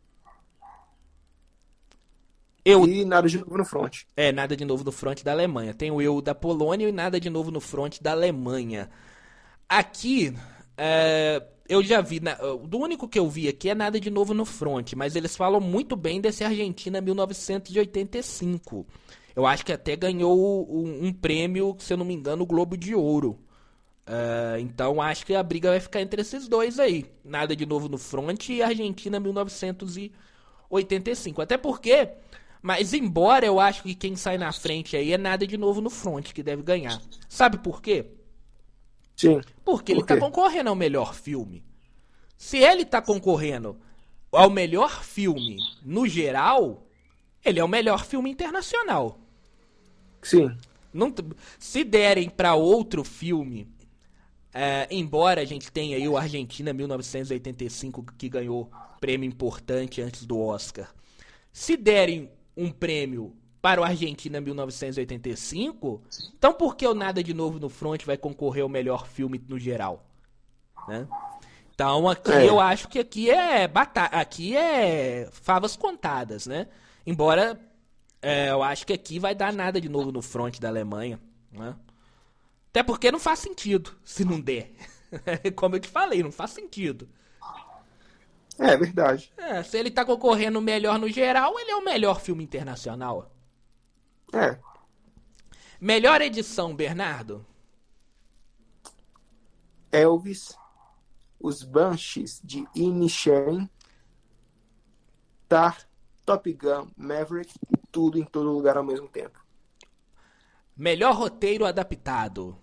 [SPEAKER 1] Eu.
[SPEAKER 2] E Nada de Novo no Front.
[SPEAKER 1] É, Nada de Novo no Front da Alemanha. Tem o Eu da Polônia e Nada de Novo no Front da Alemanha. Aqui, é, eu já vi. Na, do único que eu vi aqui é Nada de Novo no Front, mas eles falam muito bem desse Argentina mil novecentos e oitenta e cinco. Eu acho que até ganhou um, um prêmio, se eu não me engano, o Globo de Ouro. É, então acho que a briga vai ficar entre esses dois aí. Nada de Novo no Front e Argentina mil novecentos e oitenta e cinco. Até porque, mas embora eu acho que quem sai na frente aí é Nada de Novo no Front que deve ganhar. Sabe por quê?
[SPEAKER 2] Sim.
[SPEAKER 1] Porque
[SPEAKER 2] Por
[SPEAKER 1] ele tá
[SPEAKER 2] quê?
[SPEAKER 1] concorrendo ao melhor filme. Se ele tá concorrendo ao melhor filme no geral, ele é o melhor filme internacional.
[SPEAKER 2] Sim.
[SPEAKER 1] Não, se derem pra outro filme, é, embora a gente tenha aí o Argentina mil novecentos e oitenta e cinco que ganhou prêmio importante antes do Oscar. Se derem um prêmio para o Argentina mil novecentos e oitenta e cinco, então por que o Nada de Novo no Front vai concorrer ao melhor filme no geral? Né? Então aqui
[SPEAKER 2] É.
[SPEAKER 1] eu acho que aqui é bata aqui é favas contadas, né? Embora é, eu acho que aqui vai dar Nada de Novo no Front da Alemanha, né? Até porque não faz sentido se não der. Como eu te falei, não faz sentido.
[SPEAKER 2] É verdade.
[SPEAKER 1] É, se ele tá concorrendo melhor no geral, ele é o melhor filme internacional.
[SPEAKER 2] É.
[SPEAKER 1] Melhor edição, Bernardo?
[SPEAKER 2] Elvis, Os Banshees de Inisherin, Tar, Top Gun, Maverick e Tudo em Todo Lugar ao Mesmo Tempo.
[SPEAKER 1] Melhor roteiro adaptado?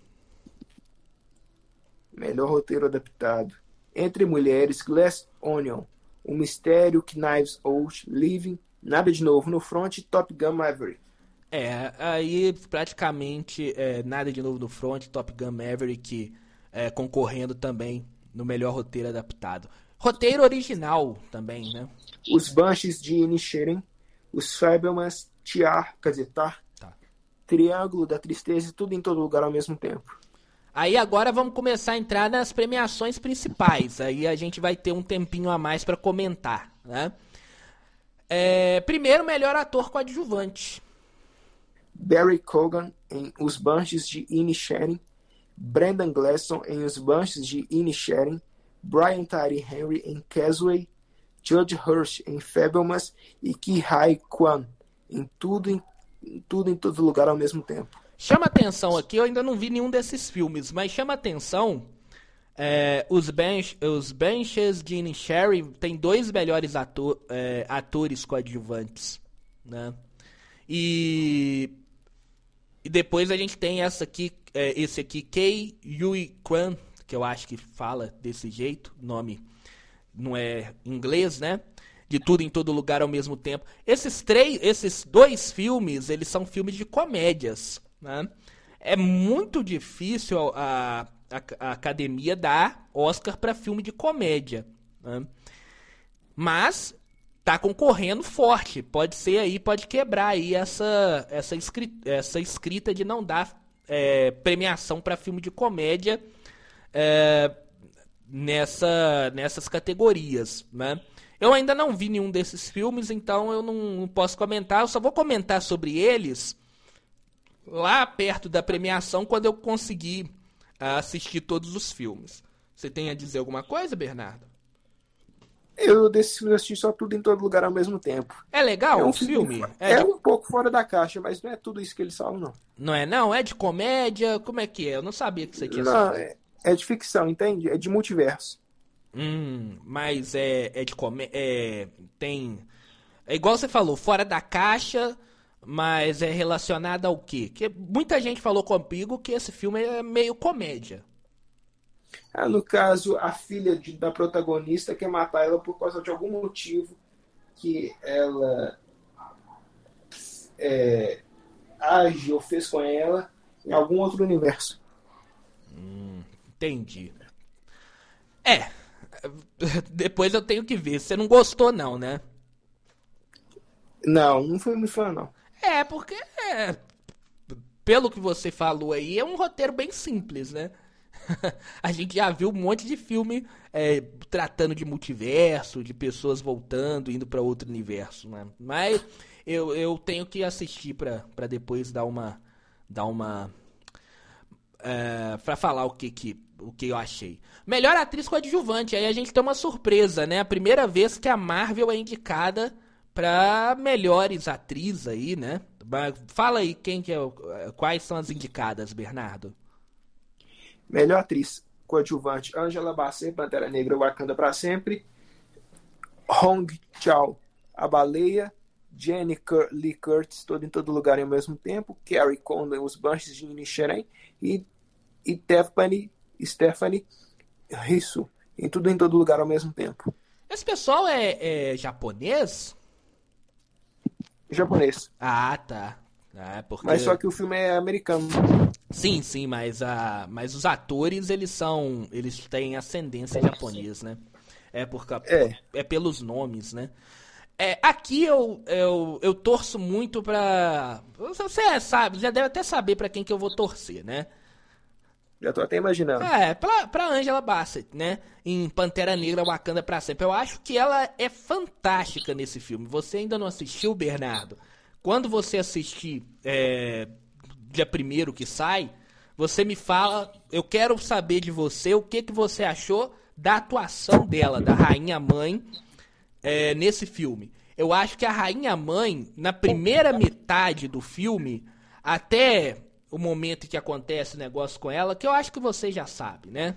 [SPEAKER 2] Melhor roteiro adaptado. Entre Mulheres, Glass Onion, O Mistério, Knives Out, Living, Nada de Novo no Front e Top Gun Maverick.
[SPEAKER 1] É, aí praticamente é, Nada de Novo no Front, Top Gun Maverick é, concorrendo também no melhor roteiro adaptado. Roteiro original também, né?
[SPEAKER 2] Os Banshees de Inisherin, Os Fabelmans, Tiar, quer dizer, Tar,
[SPEAKER 1] Tá.
[SPEAKER 2] Triângulo da Tristeza e Tudo em Todo Lugar ao Mesmo Tempo.
[SPEAKER 1] Aí agora vamos começar a entrar nas premiações principais. Aí a gente vai ter um tempinho a mais pra comentar, né? É, primeiro, melhor ator coadjuvante.
[SPEAKER 2] Barry Cogan em Os Banshees de Inisherin, Brendan Gleeson em Os Banshees de Inisherin, Brian Tyree Henry em Casway, Judge Hirsch em Fabelmans e Ki-Hai Kwan em tudo em, em tudo em todo lugar ao mesmo tempo.
[SPEAKER 1] Chama atenção aqui, eu ainda não vi nenhum desses filmes, mas chama atenção é, os, bench, os Benches de Inisherin tem dois melhores ator, é, atores coadjuvantes, né? E, e depois a gente tem essa aqui, é, esse aqui, Kei Yui Kwan, que eu acho que fala desse jeito, nome não é inglês, né? De Tudo em Todo Lugar ao Mesmo Tempo. Esses três, esses dois filmes, eles são filmes de comédias, né? É muito difícil a, a, a academia dar Oscar para filme de comédia, né? Mas tá concorrendo forte. Pode ser aí, pode quebrar aí essa, essa, escrita, essa escrita de não dar é, premiação para filme de comédia é, nessa, nessas categorias, né? Eu ainda não vi nenhum desses filmes, então eu não, não posso comentar. Eu só vou comentar sobre eles lá perto da premiação, quando eu conseguir uh, assistir todos os filmes. Você tem a dizer alguma coisa, Bernardo?
[SPEAKER 2] Eu desses filmes assisti só Tudo em Todo Lugar ao Mesmo Tempo.
[SPEAKER 1] É legal
[SPEAKER 2] É um
[SPEAKER 1] o filme?
[SPEAKER 2] filme,
[SPEAKER 1] É,
[SPEAKER 2] é
[SPEAKER 1] de-
[SPEAKER 2] um pouco fora da caixa, mas não é tudo isso que eles falam, não.
[SPEAKER 1] Não é não? É de comédia? Como é que é? Eu não sabia que você tinha
[SPEAKER 2] Não,
[SPEAKER 1] assistido.
[SPEAKER 2] é, é de ficção, entende? É de multiverso.
[SPEAKER 1] Hum, mas é, é de comédia. É, tem. É igual você falou, fora da caixa, mas é relacionado ao quê? Que muita gente falou comigo que esse filme é meio comédia.
[SPEAKER 2] Ah, no caso, a filha de- da protagonista quer matar ela por causa de algum motivo que ela age ou fez com ela em algum outro universo.
[SPEAKER 1] Hum, entendi. É, depois eu tenho que ver. Você não gostou não, né?
[SPEAKER 2] Não, não fui muito fã, não.
[SPEAKER 1] É, porque, é, pelo que você falou aí, é um roteiro bem simples, né? A gente já viu um monte de filme é, tratando de multiverso, de pessoas voltando, indo pra outro universo, né? Mas eu, eu tenho que assistir pra, pra depois dar uma... Dar uma é, pra falar o que, que, o que eu achei. Melhor atriz coadjuvante, aí a gente tem uma surpresa, né? A primeira vez que a Marvel é indicada pra melhores atrizes aí, né? Mas fala aí quem que é, o- quais são as indicadas, Bernardo.
[SPEAKER 2] Melhor atriz coadjuvante, Angela Bassett, Pantera Negra, Wakanda pra sempre. Hong Chau, A Baleia. Jenny Cur- Lee Curtis, Todo em Todo Lugar ao Mesmo Tempo. Carrie Condon, Os Banshees de Inisherin. E, e Stephanie, Stephanie Hsu, em Tudo em Todo Lugar ao Mesmo Tempo.
[SPEAKER 1] Esse pessoal é, é japonês?
[SPEAKER 2] Japonês.
[SPEAKER 1] Ah, tá. Ah,
[SPEAKER 2] Mas só
[SPEAKER 1] porque...
[SPEAKER 2] que o filme é americano.
[SPEAKER 1] Sim, sim, mas, a, mas os atores, eles são... Eles têm ascendência japonesa, né? É, por, ca-
[SPEAKER 2] É,
[SPEAKER 1] é pelos nomes, né? É, aqui eu, eu, eu torço muito pra... Você sabe, já deve até saber pra quem que eu vou torcer, né?
[SPEAKER 2] já tô até imaginando.
[SPEAKER 1] É, pra, pra Angela Bassett, né? Em Pantera Negra, Wakanda pra sempre. Eu acho que ela é fantástica nesse filme. Você ainda não assistiu, Bernardo? Quando você assistir, é, dia primeiro que sai, você me fala, eu quero saber de você o que, que você achou da atuação dela, da Rainha Mãe, é, nesse filme. Eu acho que a Rainha Mãe, na primeira metade do filme, até o momento em que acontece o negócio com ela, que eu acho que você já sabe, né?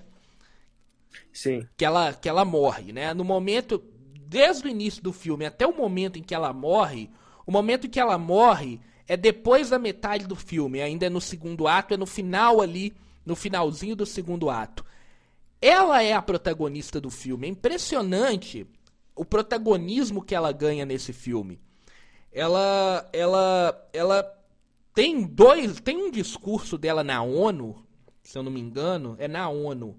[SPEAKER 2] Sim.
[SPEAKER 1] Que ela, que ela morre, né? No momento, desde o início do filme até o momento em que ela morre, o momento em que ela morre é depois da metade do filme, ainda é no segundo ato, é no final ali, no finalzinho do segundo ato. Ela é a protagonista do filme. É impressionante o protagonismo que ela ganha nesse filme. Ela, ela, ela tem dois, tem um discurso dela na ONU, se eu não me engano, é na ONU.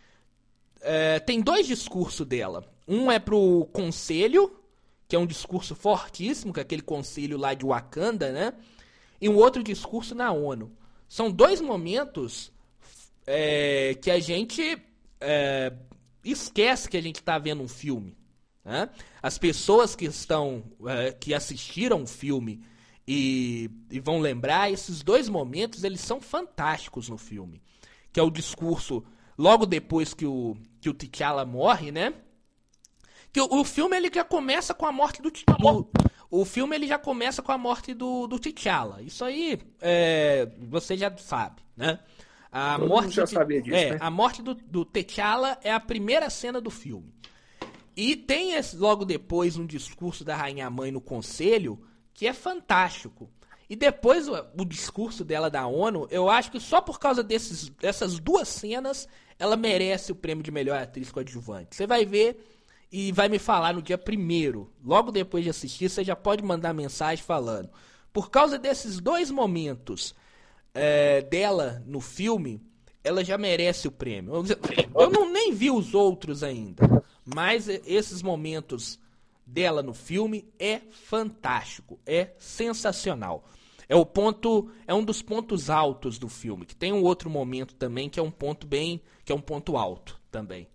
[SPEAKER 1] É, tem dois discursos dela. Um é pro conselho, que é um discurso fortíssimo, que é aquele conselho lá de Wakanda, né? E um outro discurso na ONU. São dois momentos é, que a gente é, esquece que a gente está vendo um filme. Né? As pessoas que estão, é, que assistiram o filme e, e vão lembrar, esses dois momentos eles são fantásticos no filme. Que é o discurso logo depois que o, que o T'Challa morre, né? Que o, o filme ele já começa com a morte do, do o filme ele já começa com a morte do, do T'Challa. Isso aí é, você já sabe, né? A
[SPEAKER 2] Todo
[SPEAKER 1] morte
[SPEAKER 2] mundo já
[SPEAKER 1] do,
[SPEAKER 2] sabia disso,
[SPEAKER 1] é,
[SPEAKER 2] né?
[SPEAKER 1] a morte do, do T'Challa é a primeira cena do filme. E tem esse, logo depois um discurso da Rainha Mãe no Conselho que é fantástico. E depois o, o discurso dela da ONU, eu acho que só por causa desses, dessas duas cenas ela merece o prêmio de melhor atriz coadjuvante. Você vai ver e vai me falar no dia primeiro, logo depois de assistir, você já pode mandar mensagem falando. Por causa desses dois momentos é, dela no filme, ela já merece o prêmio. Eu não nem vi os outros ainda, mas esses momentos dela no filme é fantástico, é sensacional. É o ponto, é um dos pontos altos do filme, que tem um outro momento também que é um ponto bem, que é um ponto alto também.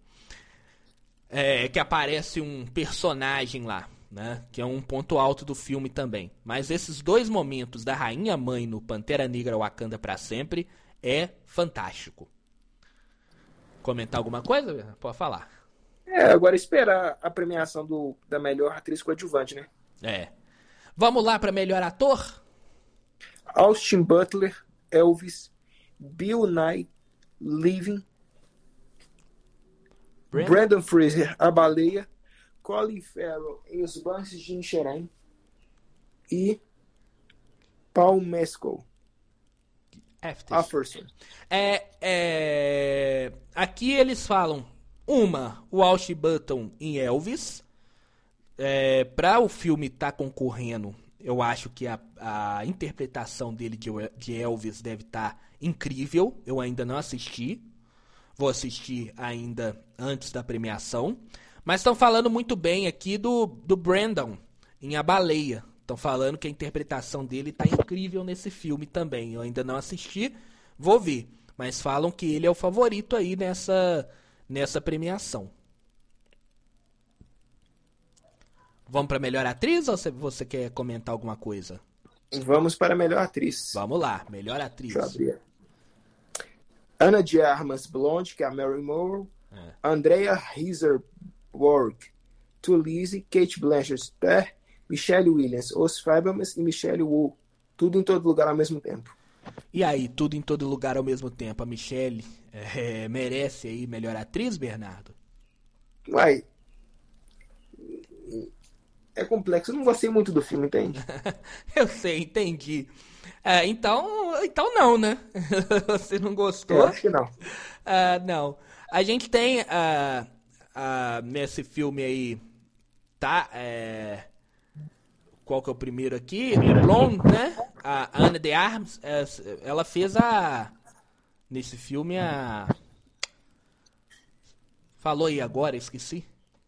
[SPEAKER 1] É, que aparece um personagem lá, né? Que é um ponto alto do filme também. Mas esses dois momentos da Rainha Mãe no Pantera Negra Wakanda pra sempre é fantástico. Comentar alguma coisa? Pode falar.
[SPEAKER 2] É, agora esperar a premiação do, da melhor atriz coadjuvante, né?
[SPEAKER 1] É. Vamos lá pra melhor ator?
[SPEAKER 2] Austin Butler, Elvis, Bill Nye, Living,
[SPEAKER 1] Brandon?
[SPEAKER 2] Brandon Fraser, A Baleia, Colin Farrell em Os Banshees de Inisherin e Paul Mescal, Afterson.
[SPEAKER 1] É, é, aqui eles falam uma, o Austin Button em Elvis, é, para o filme estar tá concorrendo, Eu acho que a, a interpretação dele de, de Elvis deve estar incrível. Eu ainda não assisti. Vou assistir ainda antes da premiação. Mas estão falando muito bem aqui do, do Brandon em A Baleia. Estão falando que a interpretação dele está incrível nesse filme também. Eu ainda não assisti, vou ver. Mas falam que ele é o favorito aí nessa, nessa premiação. Vamos para melhor atriz ou você, você quer comentar alguma coisa?
[SPEAKER 2] Vamos para a melhor atriz.
[SPEAKER 1] Vamos lá, melhor atriz.
[SPEAKER 2] Deixa eu abrir. Ana de Armas Blonde, que é a Mary Morrow. É. Andrea Riseborough, Tulise, Kate Blanchett, Michelle Williams, Os Fabelmans e Michelle Wu. Tudo em todo lugar ao mesmo tempo.
[SPEAKER 1] E aí, tudo em todo lugar ao mesmo tempo. A Michelle é, merece aí melhor atriz, Bernardo?
[SPEAKER 2] Uai... É complexo, eu não gostei muito do filme, entende?
[SPEAKER 1] Eu sei, entendi. É, então, então não, né? Você não gostou?
[SPEAKER 2] Eu acho que não.
[SPEAKER 1] Ah, não. A gente tem ah, ah, nesse filme aí, tá? É, qual que é o primeiro aqui? Blonde, né? A Ana de Armas, ela fez a... Nesse filme a... Falou aí agora, esqueci.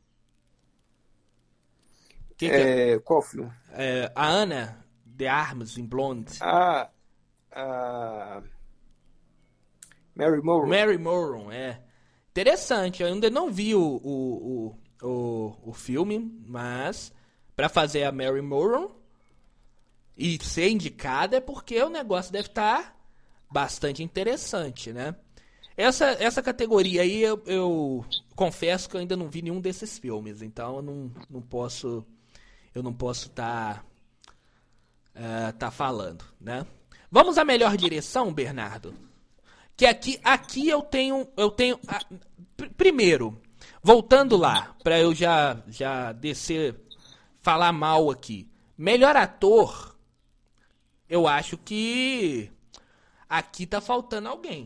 [SPEAKER 1] Que que
[SPEAKER 2] é, é? Qual filme?
[SPEAKER 1] É, a Ana de Armas em Blonde.
[SPEAKER 2] Ah, a Mary Morrow.
[SPEAKER 1] Mary Morrow, é. Interessante, eu ainda não vi o, o, o, o, o filme, mas pra fazer a Mary Morrow e ser indicada é porque o negócio deve estar bastante interessante, né? Essa, essa categoria aí eu, eu confesso que eu ainda não vi nenhum desses filmes, então eu não, não posso... Eu não posso estar tá, uh, tá falando, né? Vamos à melhor direção, Bernardo? Que aqui, aqui eu tenho... Eu tenho uh, pr- primeiro, voltando lá, para eu já, já descer, falar mal aqui. Melhor ator, eu acho que aqui tá faltando alguém.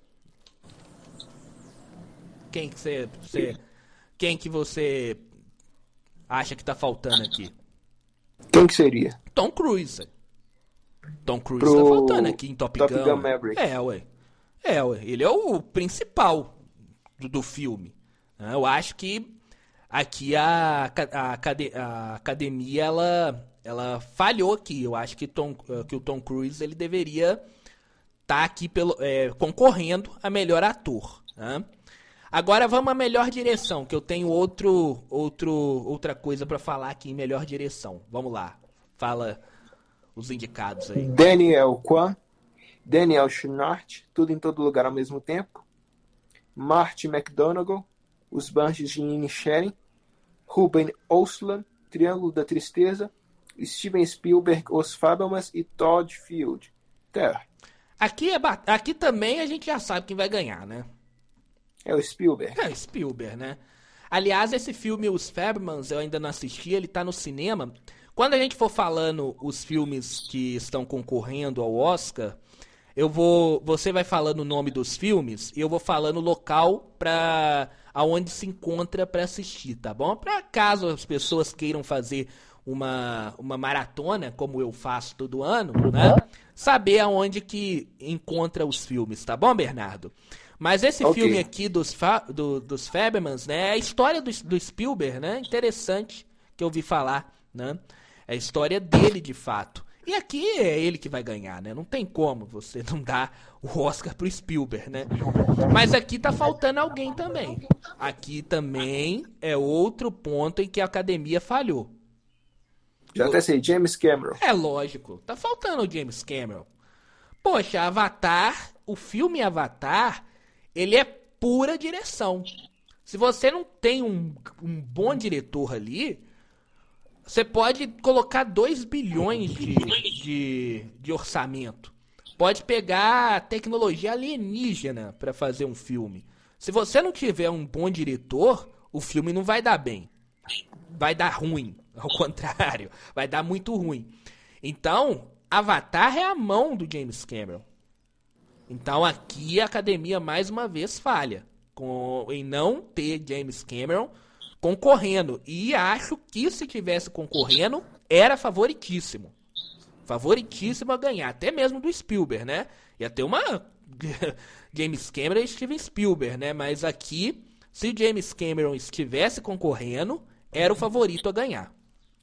[SPEAKER 1] Quem que você... você quem que você... acha que tá faltando aqui?
[SPEAKER 2] Quem que seria?
[SPEAKER 1] Tom Cruise. Tom Cruise
[SPEAKER 2] Pro
[SPEAKER 1] tá faltando aqui em Top,
[SPEAKER 2] Top
[SPEAKER 1] Gun.
[SPEAKER 2] Gun Maverick.
[SPEAKER 1] É, ué. É, ué. Ele é o principal do, do filme. Eu acho que aqui a, a, a academia, ela, ela falhou aqui. Eu acho que, Tom, que o Tom Cruise ele deveria estar tá aqui pelo, é, concorrendo a melhor ator. Né? Agora vamos à melhor direção, que eu tenho outro, outro, outra coisa pra falar aqui em melhor direção. Vamos lá, fala os indicados aí.
[SPEAKER 2] Daniel Kwan, Daniel Scheinert, Tudo em Todo Lugar ao Mesmo Tempo, Marty McDonagall, Os Banshees de Inisherin, Ruben Östlund, Triângulo da Tristeza, Steven Spielberg, Os Fabelmans e Todd Field. Tá.
[SPEAKER 1] Aqui, é, aqui também a gente já sabe quem vai ganhar, né?
[SPEAKER 2] É o Spielberg.
[SPEAKER 1] É, Spielberg, né? Aliás, esse filme, Os Fabelmans, eu ainda não assisti, ele tá no cinema. Quando a gente for falando os filmes que estão concorrendo ao Oscar, eu vou, você vai falando o nome dos filmes e eu vou falando o local pra aonde se encontra pra assistir, tá bom? Pra caso as pessoas queiram fazer uma, uma maratona, como eu faço todo ano, né? Saber aonde que encontra os filmes, tá bom, Bernardo? Mas esse okay. filme aqui dos, fa do, dos Fabelmans, né, é a história do, do Spielberg, né, interessante, que eu ouvi falar, né, é a história dele de fato. E aqui é ele que vai ganhar, né, não tem como você não dar o Oscar pro Spielberg, né. Mas aqui tá faltando alguém também. Aqui também é outro ponto em que a academia falhou.
[SPEAKER 2] Já até sei, James Cameron.
[SPEAKER 1] É lógico, tá faltando o James Cameron. Poxa, Avatar, o filme Avatar... ele é pura direção. Se você não tem um, um bom diretor ali, você pode colocar dois bilhões de, de, de orçamento. Pode pegar tecnologia alienígena para fazer um filme. Se você não tiver um bom diretor, o filme não vai dar bem. Vai dar ruim. Ao contrário, vai dar muito ruim. Então, Avatar é a mão do James Cameron. Então aqui a academia mais uma vez falha com, em não ter James Cameron concorrendo. E acho que se tivesse concorrendo, era favoritíssimo. Favoritíssimo a ganhar, até mesmo do Spielberg, né? Ia ter uma James Cameron e Steven Spielberg, né? Mas aqui, se o James Cameron estivesse concorrendo, era o favorito a ganhar.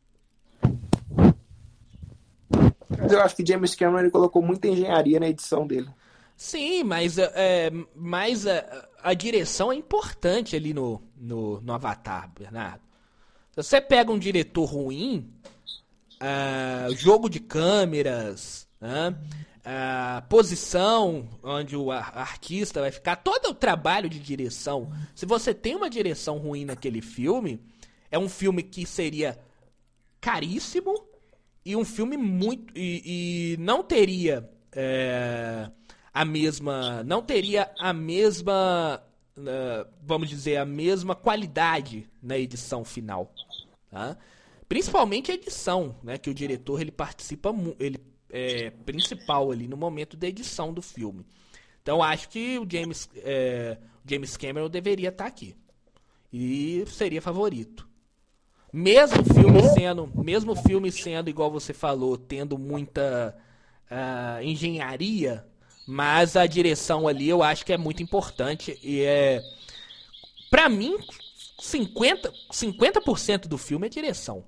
[SPEAKER 2] Mas eu acho que James Cameron ele colocou muita engenharia na edição dele.
[SPEAKER 1] Sim, mas, é, mas a, a direção é importante ali no, no, no Avatar, Bernardo. Se você pega um diretor ruim, uh, jogo de câmeras, né, a posição onde o artista vai ficar, todo o trabalho de direção. Se você tem uma direção ruim naquele filme, é um filme que seria caríssimo e um filme muito... E, e não teria... É, a mesma, não teria a mesma, uh, vamos dizer, a mesma qualidade na edição final, tá? Principalmente a edição, né, que o diretor ele participa, ele é principal ali no momento da edição do filme. Então acho que o James, é, James Cameron deveria estar aqui e seria favorito. Mesmo o filme sendo, mesmo o filme sendo igual você falou, tendo muita uh, engenharia. Mas a direção ali eu acho que é muito importante e é... Pra mim, cinquenta, cinquenta por cento do filme é direção.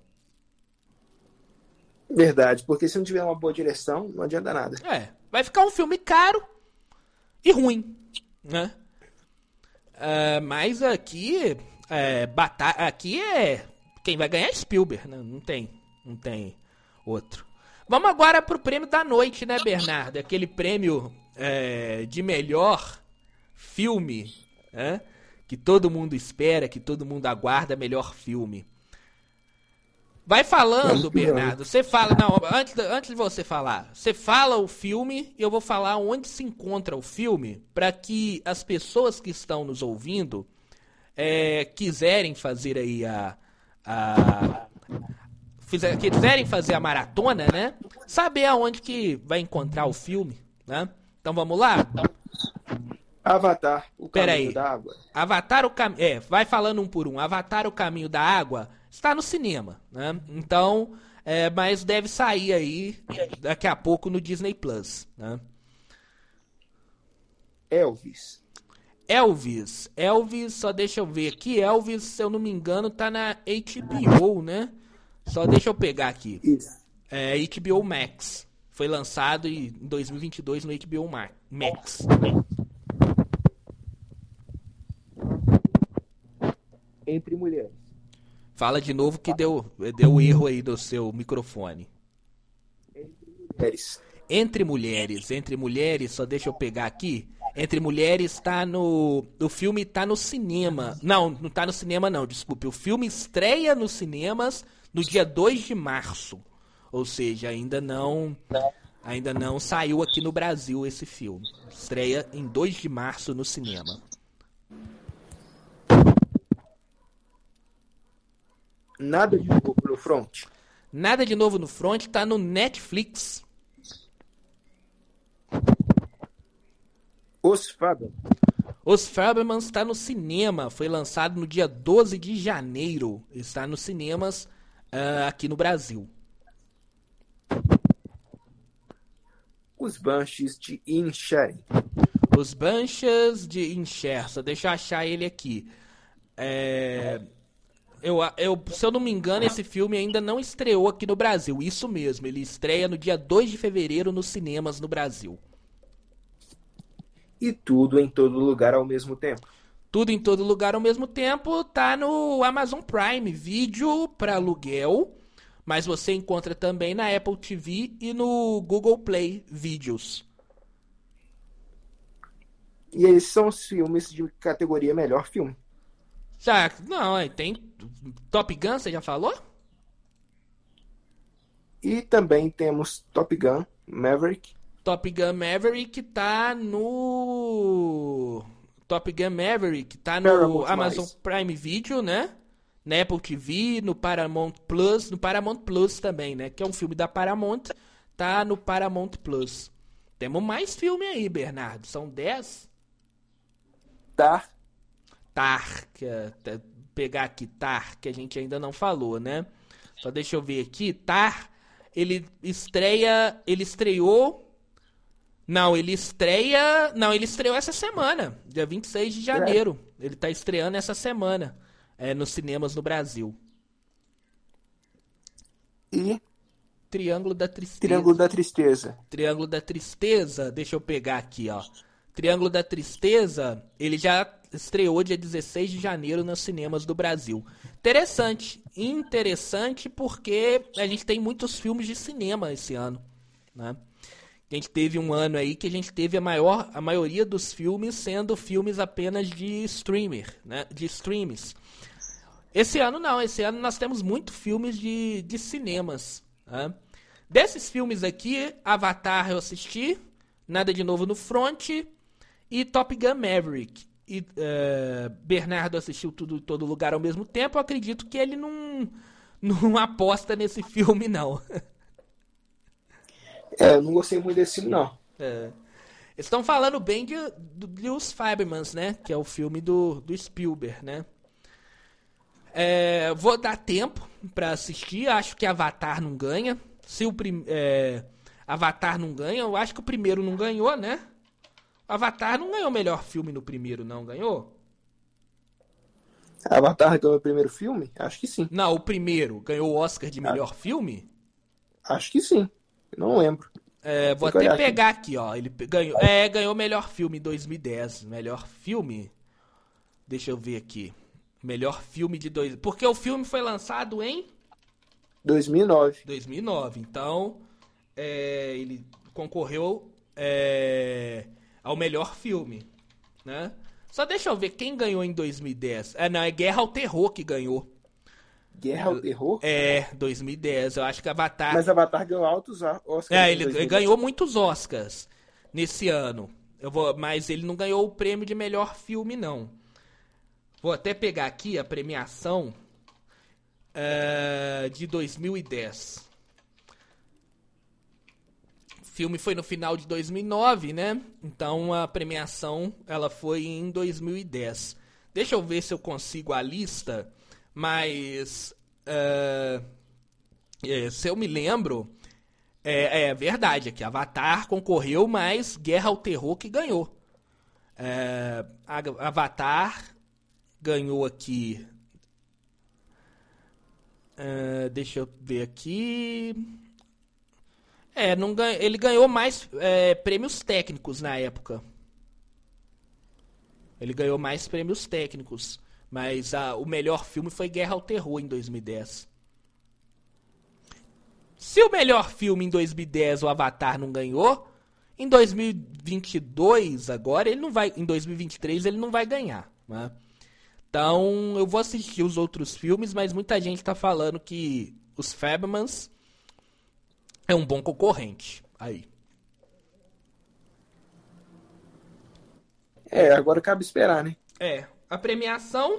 [SPEAKER 2] Verdade, porque se não tiver uma boa direção, não adianta nada.
[SPEAKER 1] É, vai ficar um filme caro e ruim, né? Uh, mas aqui, é, bata- aqui é... Quem vai ganhar é Spielberg, né? Não tem, não tem outro. Vamos agora pro prêmio da noite, né, Bernardo? Aquele prêmio... É, de melhor filme, né? Que todo mundo espera, que todo mundo aguarda, melhor filme. Vai falando, Bernardo. Você fala, não, antes, antes de você falar, você fala o filme e eu vou falar onde se encontra o filme para que as pessoas que estão nos ouvindo é, quiserem fazer aí a, a fizer, quiserem fazer a maratona, né? Saber aonde que vai encontrar o filme, né? Então vamos lá?
[SPEAKER 2] Avatar, o
[SPEAKER 1] Pera
[SPEAKER 2] Caminho
[SPEAKER 1] aí.
[SPEAKER 2] da Água.
[SPEAKER 1] Avatar, o caminho... É, vai falando um por um. Avatar, o Caminho da Água está no cinema, né? Então, é, mas deve sair aí daqui a pouco no Disney Plus, né?
[SPEAKER 2] Elvis.
[SPEAKER 1] Elvis. Elvis, só deixa eu ver aqui. Elvis, se eu não me engano, tá na H B O, né? Só deixa eu pegar aqui.
[SPEAKER 2] Isso.
[SPEAKER 1] É H B O Max. Foi lançado em dois mil e vinte e dois no H B O Max.
[SPEAKER 2] Entre Mulheres.
[SPEAKER 1] Fala de novo que deu, deu erro aí do seu microfone.
[SPEAKER 2] Mulheres.
[SPEAKER 1] Entre Mulheres. Entre Mulheres, só deixa eu pegar aqui. Entre Mulheres tá no... O filme tá no cinema. Não, não tá no cinema não, desculpe. O filme estreia nos cinemas no dia dois de março. Ou seja, ainda não ainda não saiu aqui no Brasil esse filme. Estreia em dois de março no cinema.
[SPEAKER 2] Nada de novo no front.
[SPEAKER 1] Nada de novo no front, tá no Netflix.
[SPEAKER 2] Os Fabian.
[SPEAKER 1] Os Fabelmans está no cinema. Foi lançado no dia doze de janeiro. Está nos cinemas uh, aqui no Brasil.
[SPEAKER 2] Os Banshees de Inisherin.
[SPEAKER 1] Os Banshees de Inisherin. Só deixa eu achar ele aqui. É... Eu, eu, se eu não me engano, esse filme ainda não estreou aqui no Brasil. Isso mesmo, ele estreia no dia dois de fevereiro nos cinemas no Brasil.
[SPEAKER 2] E Tudo em Todo Lugar ao Mesmo Tempo.
[SPEAKER 1] Tudo em Todo Lugar ao Mesmo Tempo tá no Amazon Prime Video para aluguel, mas você encontra também na Apple T V e no Google Play Videos.
[SPEAKER 2] E esses são os filmes de categoria melhor filme.
[SPEAKER 1] Já, não, tem Top Gun, você já falou?
[SPEAKER 2] E também temos Top Gun, Maverick.
[SPEAKER 1] Top Gun Maverick tá no... Top Gun Maverick tá no
[SPEAKER 2] Paramount
[SPEAKER 1] Amazon
[SPEAKER 2] mais.
[SPEAKER 1] Prime Video, né? Na Apple T V, no Paramount Plus, no Paramount Plus também, né? Que é um filme da Paramount, tá no Paramount Plus. Temos mais filme aí, Bernardo. São dez?
[SPEAKER 2] Tar.
[SPEAKER 1] Tar, que é- te- pegar aqui Tar, que a gente ainda não falou, né? Só deixa eu ver aqui. Tar, ele estreia... Ele estreou... Não, ele estreia... Não, ele estreou essa semana. Dia vinte e seis de janeiro. É. Ele tá estreando essa semana. É, nos cinemas no Brasil.
[SPEAKER 2] E...
[SPEAKER 1] Triângulo da Tristeza.
[SPEAKER 2] Triângulo da Tristeza.
[SPEAKER 1] Triângulo da Tristeza, deixa eu pegar aqui, ó. Triângulo da Tristeza, ele já estreou dia dezesseis de janeiro nos cinemas do Brasil. Interessante, interessante porque a gente tem muitos filmes de cinema esse ano, né? A gente teve um ano aí que a gente teve a, maior, a maioria dos filmes sendo filmes apenas de streamer, né? De streams. Esse ano não, esse ano nós temos muitos filmes de, de cinemas, né? Desses filmes aqui, Avatar eu assisti, Nada de Novo no Front e Top Gun Maverick. E uh, Bernardo assistiu tudo em todo lugar ao mesmo tempo. Eu acredito que ele não, não aposta nesse filme, não.
[SPEAKER 2] É, eu não gostei muito desse filme, não.
[SPEAKER 1] É. Eles estão falando bem de, de, de Os Fabelmans, né? Que é o filme do, do Spielberg, né? É, vou dar tempo pra assistir. Acho que Avatar não ganha. Se o prim, é, Avatar não ganha, eu acho que o primeiro não ganhou, né? Avatar não ganhou o melhor filme no primeiro, não ganhou?
[SPEAKER 2] Avatar ganhou o primeiro filme? Acho que sim.
[SPEAKER 1] Não, o primeiro ganhou o Oscar de melhor ah, filme?
[SPEAKER 2] Acho que sim. Não lembro.
[SPEAKER 1] É, vou até pegar aqui. aqui, ó. Ele ganhou, é, ganhou o melhor filme em dois mil e dez. Melhor filme? Deixa eu ver aqui. Melhor filme de dois... Porque o filme foi lançado em...
[SPEAKER 2] dois mil e nove.
[SPEAKER 1] dois mil e nove. Então, é, ele concorreu é, ao melhor filme, né? Só deixa eu ver quem ganhou em dois mil e dez. É, não, é Guerra ao Terror que ganhou.
[SPEAKER 2] Guerra ao Terror?
[SPEAKER 1] É, dois mil e dez. Eu acho que Avatar...
[SPEAKER 2] Mas Avatar ganhou altos Oscars.
[SPEAKER 1] É, ele, ele ganhou muitos Oscars nesse ano. Eu vou, mas ele não ganhou o prêmio de melhor filme, não. Vou até pegar aqui a premiação uh, de dois mil e dez. O filme foi no final de dois mil e nove, né? Então a premiação ela foi em dois mil e dez. Deixa eu ver se eu consigo a lista, mas uh, é, se eu me lembro, é, é verdade, é que Avatar concorreu, mas Guerra ao Terror que ganhou. É, Avatar ganhou aqui. Uh, deixa eu ver aqui. É, não ganha, ele ganhou mais é, prêmios técnicos na época. Ele ganhou mais prêmios técnicos. Mas a, o melhor filme foi Guerra ao Terror em dois mil e dez. Se o melhor filme em dois mil e dez o Avatar não ganhou, em dois mil e vinte e dois agora ele não vai, em dois mil e vinte e três ele não vai ganhar, né? Então eu vou assistir os outros filmes, mas muita gente tá falando que Os Fabelmans é um bom concorrente. Aí.
[SPEAKER 2] É, agora cabe esperar, né?
[SPEAKER 1] É, a premiação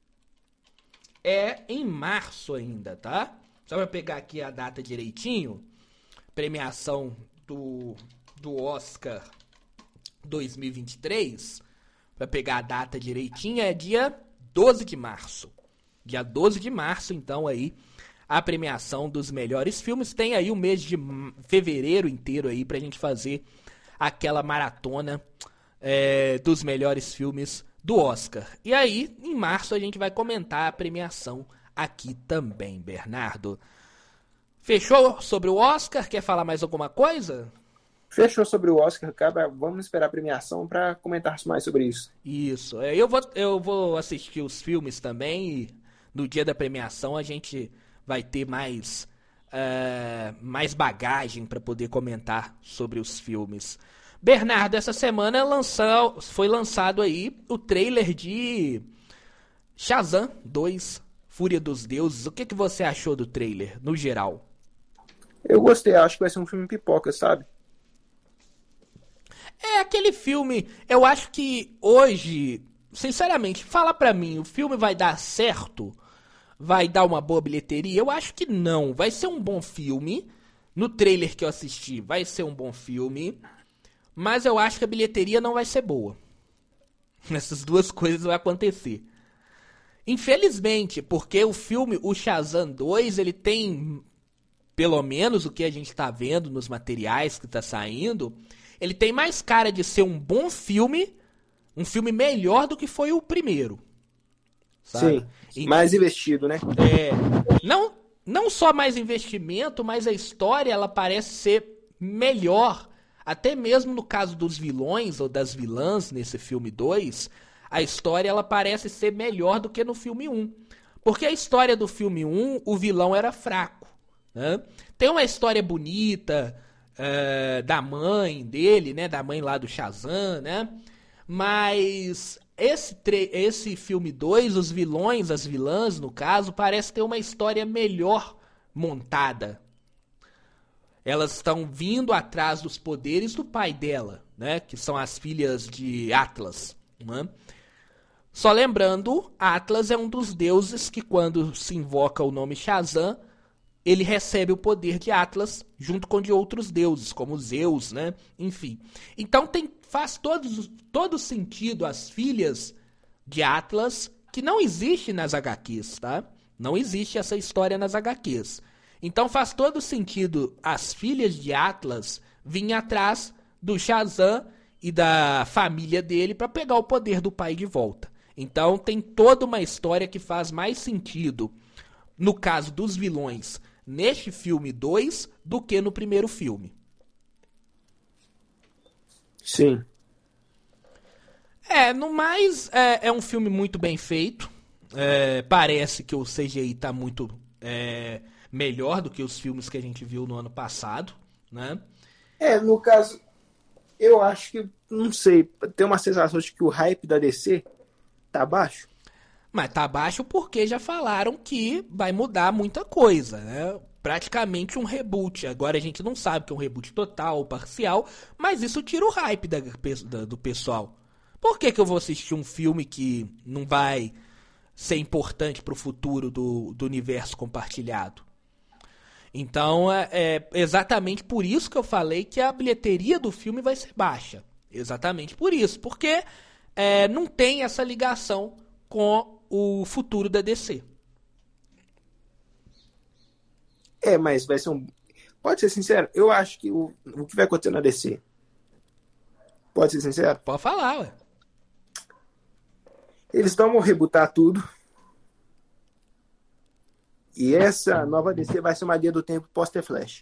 [SPEAKER 1] é em março ainda, tá? Só pra pegar aqui a data direitinho. Premiação do, do Oscar dois mil e vinte e três. Pra pegar a data direitinho, é dia doze de março. Dia doze de março, então, aí, a premiação dos melhores filmes. Tem aí o mês de fevereiro inteiro aí pra gente fazer aquela maratona é, dos melhores filmes do Oscar. E aí, em março, a gente vai comentar a premiação aqui também, Bernardo. Fechou sobre o Oscar? Quer falar mais alguma coisa?
[SPEAKER 2] Fechou sobre o Oscar, cara. Vamos esperar a premiação para comentar mais sobre isso.
[SPEAKER 1] Isso. Eu vou, eu vou assistir os filmes também e no dia da premiação a gente vai ter mais, uh, mais bagagem para poder comentar sobre os filmes. Bernardo, essa semana lançou, foi lançado aí o trailer de Shazam dois, Fúria dos Deuses. O que, que você achou do trailer, no geral?
[SPEAKER 2] Eu gostei, acho que vai ser um filme pipoca, sabe?
[SPEAKER 1] É aquele filme, eu acho que hoje, sinceramente, fala pra mim, o filme vai dar certo? Vai dar uma boa bilheteria? Eu acho que não. Vai ser um bom filme. No trailer que eu assisti, vai ser um bom filme. Mas eu acho que a bilheteria não vai ser boa. Essas duas coisas vão acontecer. Infelizmente, porque o filme, o Shazam dois, ele tem, pelo menos o que a gente tá vendo nos materiais que tá saindo, ele tem mais cara de ser um bom filme, um filme melhor do que foi o primeiro. Sabe?
[SPEAKER 2] Sim, mais investido, né?
[SPEAKER 1] É, não, não só mais investimento, mas a história, ela parece ser melhor. Até mesmo no caso dos vilões ou das vilãs nesse filme dois, a história ela parece ser melhor do que no filme um. Porque a história do filme um, o vilão era fraco. Né? Tem uma história bonita uh, da mãe dele, né? Da mãe lá do Shazam, né? Mas esse, tre- esse filme dois, os vilões, as vilãs no caso, parece ter uma história melhor montada. Elas estão vindo atrás dos poderes do pai dela, né? Que são as filhas de Atlas. Né? Só lembrando, Atlas é um dos deuses que, quando se invoca o nome Shazam, ele recebe o poder de Atlas junto com de outros deuses, como Zeus, né? Enfim. Então tem, faz todos, todo sentido as filhas de Atlas, que não existe nas agá quês, tá? Não existe essa história nas agá quês. Então faz todo sentido as filhas de Atlas virem atrás do Shazam e da família dele para pegar o poder do pai de volta. Então tem toda uma história que faz mais sentido, no caso dos vilões, neste filme dois, do que no primeiro filme.
[SPEAKER 2] Sim.
[SPEAKER 1] É, no mais, é, é um filme muito bem feito. É, parece que o C G I tá muito é, melhor do que os filmes que a gente viu no ano passado, né?
[SPEAKER 2] É, no caso, eu acho que, não sei, tem uma sensação de que o hype da D C tá baixo.
[SPEAKER 1] Mas tá baixo porque já falaram que vai mudar muita coisa, né? Praticamente um reboot. Agora a gente não sabe que é um reboot total ou parcial, mas isso tira o hype da, da, do pessoal. Por que que eu vou assistir um filme que não vai ser importante pro futuro do, do universo compartilhado? Então é, é exatamente por isso que eu falei que a bilheteria do filme vai ser baixa. Exatamente por isso. Porque é, não tem essa ligação com o futuro da D C.
[SPEAKER 2] É, mas vai ser um... Pode ser sincero, eu acho que o, o que vai acontecer na D C... Pode ser sincero?
[SPEAKER 1] Pode falar, ué.
[SPEAKER 2] Eles vão rebootar tudo. E essa nova D C vai ser uma linha do tempo pós-The Flash.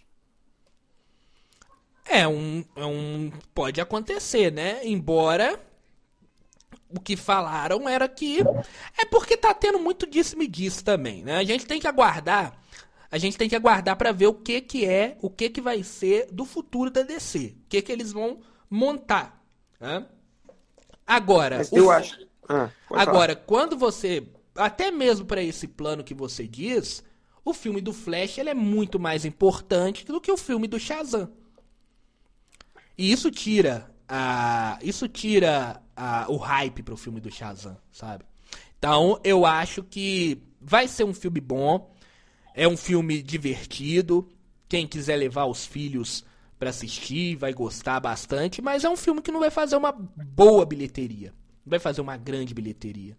[SPEAKER 1] É um, é um... Pode acontecer, né? Embora... O que falaram era que... É porque tá tendo muito disse-me-disse também, né? A gente tem que aguardar... A gente tem que aguardar pra ver o que que é... O que que vai ser do futuro da D C. O que que eles vão montar. Né? Agora...
[SPEAKER 2] Mas
[SPEAKER 1] o...
[SPEAKER 2] eu acho... Ah,
[SPEAKER 1] Agora,
[SPEAKER 2] falar.
[SPEAKER 1] quando você... Até mesmo pra esse plano que você diz... O filme do Flash ele é muito mais importante do que o filme do Shazam. E isso tira... A... Isso tira... A, o hype pro filme do Shazam, sabe? Então, eu acho que vai ser um filme bom, é um filme divertido, quem quiser levar os filhos pra assistir vai gostar bastante, mas é um filme que não vai fazer uma boa bilheteria, não vai fazer uma grande bilheteria.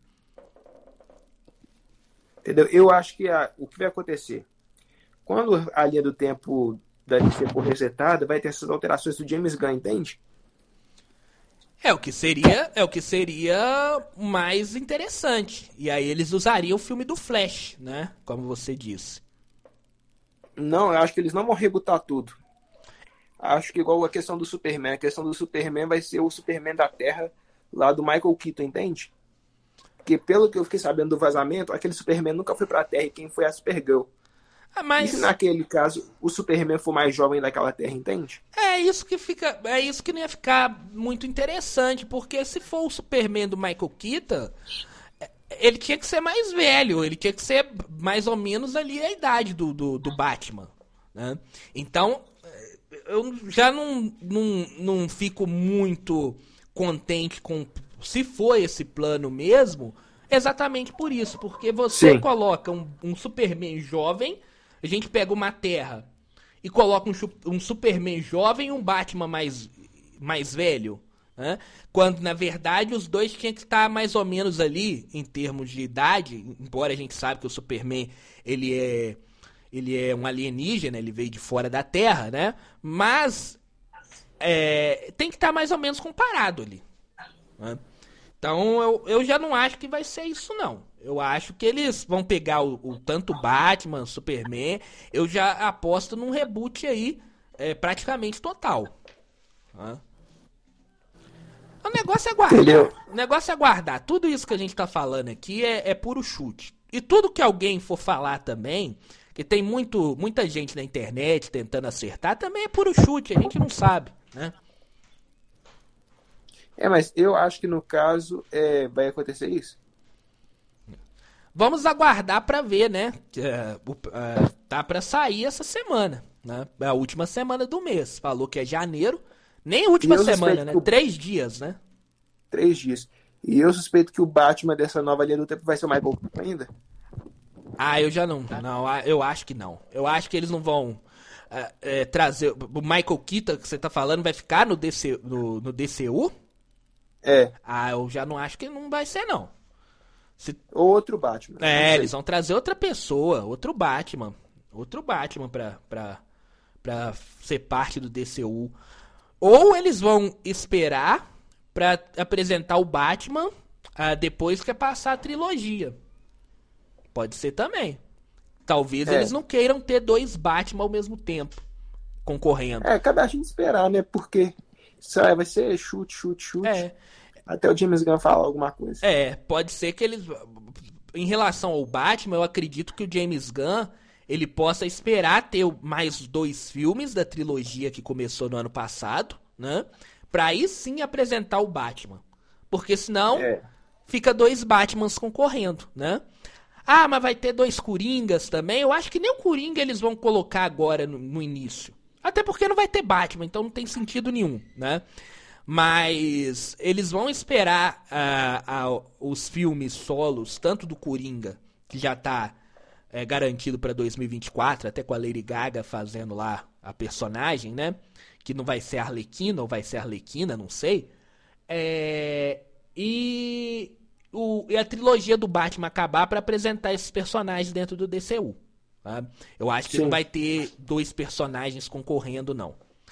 [SPEAKER 2] Entendeu? Eu acho que a, o que vai acontecer, quando a linha do tempo da D C for resetada, vai ter essas alterações do James Gunn, entende?
[SPEAKER 1] É o que seria, é o que seria mais interessante. E aí eles usariam o filme do Flash, né? Como você disse.
[SPEAKER 2] Não, eu acho que eles não vão rebootar tudo. Acho que igual a questão do Superman. A questão do Superman vai ser o Superman da Terra lá do Michael Keaton, entende? Porque pelo que eu fiquei sabendo do vazamento, aquele Superman nunca foi pra Terra e quem foi a Supergirl.
[SPEAKER 1] Ah, mas...
[SPEAKER 2] E se naquele caso o Superman for mais jovem daquela Terra, entende?
[SPEAKER 1] É isso que fica, é isso que não ia ficar muito interessante, porque se for o Superman do Michael Keaton, ele tinha que ser mais velho, ele tinha que ser mais ou menos ali a idade do, do, do Batman, né? Então, eu já não, não, não fico muito contente com se for esse plano mesmo, exatamente por isso, porque você Sim. coloca um, um Superman jovem, a gente pega uma Terra e coloca um, um Superman jovem e um Batman mais, mais velho. né? Quando, na verdade, os dois tinham que estar mais ou menos ali, em termos de idade, embora a gente saiba que o Superman, ele é, ele é um alienígena, ele veio de fora da Terra, né? Mas é, tem que estar mais ou menos comparado ali, né? Então, eu, eu já não acho que vai ser isso, não. Eu acho que eles vão pegar o, o tanto Batman, Superman. Eu já aposto num reboot aí, é, praticamente total. Né? O negócio é guardar.
[SPEAKER 2] Entendeu?
[SPEAKER 1] O negócio é guardar. Tudo isso que a gente tá falando aqui é, é puro chute. E tudo que alguém for falar também, que tem muito, muita gente na internet tentando acertar, também é puro chute. A gente não sabe, né?
[SPEAKER 2] É, mas eu acho que no caso é, vai acontecer isso.
[SPEAKER 1] Vamos aguardar pra ver, né? É, o- é, tá pra sair essa semana, né? É a última semana do mês. Falou que é janeiro. Nem última
[SPEAKER 2] E eu
[SPEAKER 1] semana,
[SPEAKER 2] suspeito
[SPEAKER 1] né?
[SPEAKER 2] que o-
[SPEAKER 1] Três dias, né?
[SPEAKER 2] Três dias. E eu suspeito que o Batman dessa nova linha do tempo vai ser o Michael Keaton ainda.
[SPEAKER 1] Ah, eu já não. Não, ah, eu acho que não. Eu acho que eles não vão é, é, trazer. O Michael Keaton que você tá falando vai ficar no, D C, no, no D C U?
[SPEAKER 2] É,
[SPEAKER 1] Ah, eu já não acho que não vai ser, não. Se-
[SPEAKER 2] outro Batman. Não
[SPEAKER 1] É,
[SPEAKER 2] sei.
[SPEAKER 1] eles vão trazer outra pessoa, outro Batman. Outro Batman pra, pra, pra ser parte do D C U. Ou eles vão esperar pra apresentar o Batman ah, depois que passar a trilogia. Pode ser também. Talvez
[SPEAKER 2] É.
[SPEAKER 1] eles não queiram ter dois Batman ao mesmo tempo concorrendo.
[SPEAKER 2] É, cabe a gente esperar, né? Porque isso aí vai ser chute, chute, chute.
[SPEAKER 1] É,
[SPEAKER 2] Até o James Gunn falar alguma coisa.
[SPEAKER 1] é, pode ser que eles. Em relação ao Batman, eu acredito que o James Gunn ele possa esperar ter mais dois filmes da trilogia que começou no ano passado, né? Pra aí sim apresentar o Batman. Porque senão
[SPEAKER 2] É.
[SPEAKER 1] fica dois Batmans concorrendo, né? Ah, mas vai ter dois Coringas também. Eu acho que nem o Coringa eles vão colocar agora no, no início. Até porque não vai ter Batman, então não tem sentido nenhum, né? Mas eles vão esperar ah, ah, os filmes solos, tanto do Coringa, que já tá é, garantido para dois mil e vinte e quatro, até com a Lady Gaga fazendo lá a personagem, né? Que não vai ser Arlequina ou vai ser Arlequina, não sei. É, e, o, e a trilogia do Batman acabar para apresentar esses personagens dentro do D C U. Tá? Eu acho que
[SPEAKER 2] Sim.
[SPEAKER 1] não vai ter dois personagens concorrendo, não.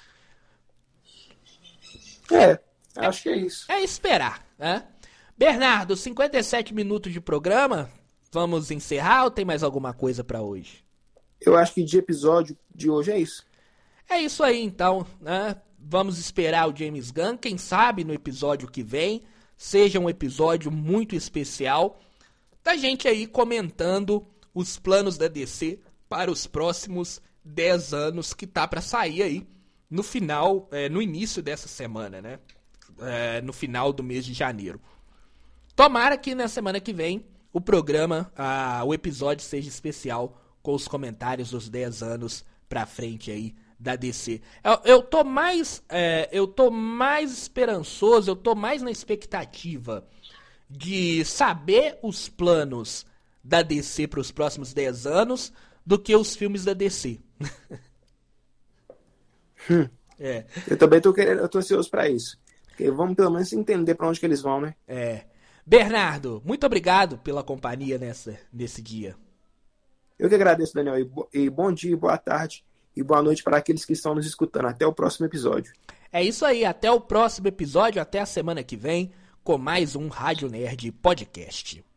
[SPEAKER 2] É, acho que é isso.
[SPEAKER 1] É esperar, né? Bernardo, cinquenta e sete minutos de programa. Vamos encerrar ou tem mais alguma coisa para hoje?
[SPEAKER 2] Eu acho que de episódio de hoje é isso.
[SPEAKER 1] É isso aí, então, né? Vamos esperar o James Gunn. Quem sabe no episódio que vem seja um episódio muito especial da gente aí comentando os planos da D C para os próximos dez anos que tá para sair aí no final, é, no início dessa semana, né? É, no final do mês de janeiro. Tomara que na semana que vem o programa, ah, o episódio seja especial com os comentários dos dez anos pra frente aí da D C. Eu, eu tô mais, é, eu tô mais esperançoso, eu tô mais na expectativa de saber os planos da D C para os próximos dez anos do que os filmes da D C. É,
[SPEAKER 2] Eu também tô querendo, eu tô ansioso pra isso. Porque vamos pelo menos entender pra onde que eles vão, né?
[SPEAKER 1] é. Bernardo, muito obrigado pela companhia nessa, nesse dia.
[SPEAKER 2] Eu que agradeço, Daniel. E, bo- e bom dia, boa tarde e boa noite para aqueles que estão nos escutando. Até o próximo episódio.
[SPEAKER 1] É isso aí, até o próximo episódio, até a semana que vem, com mais um Rádio Nerd Podcast.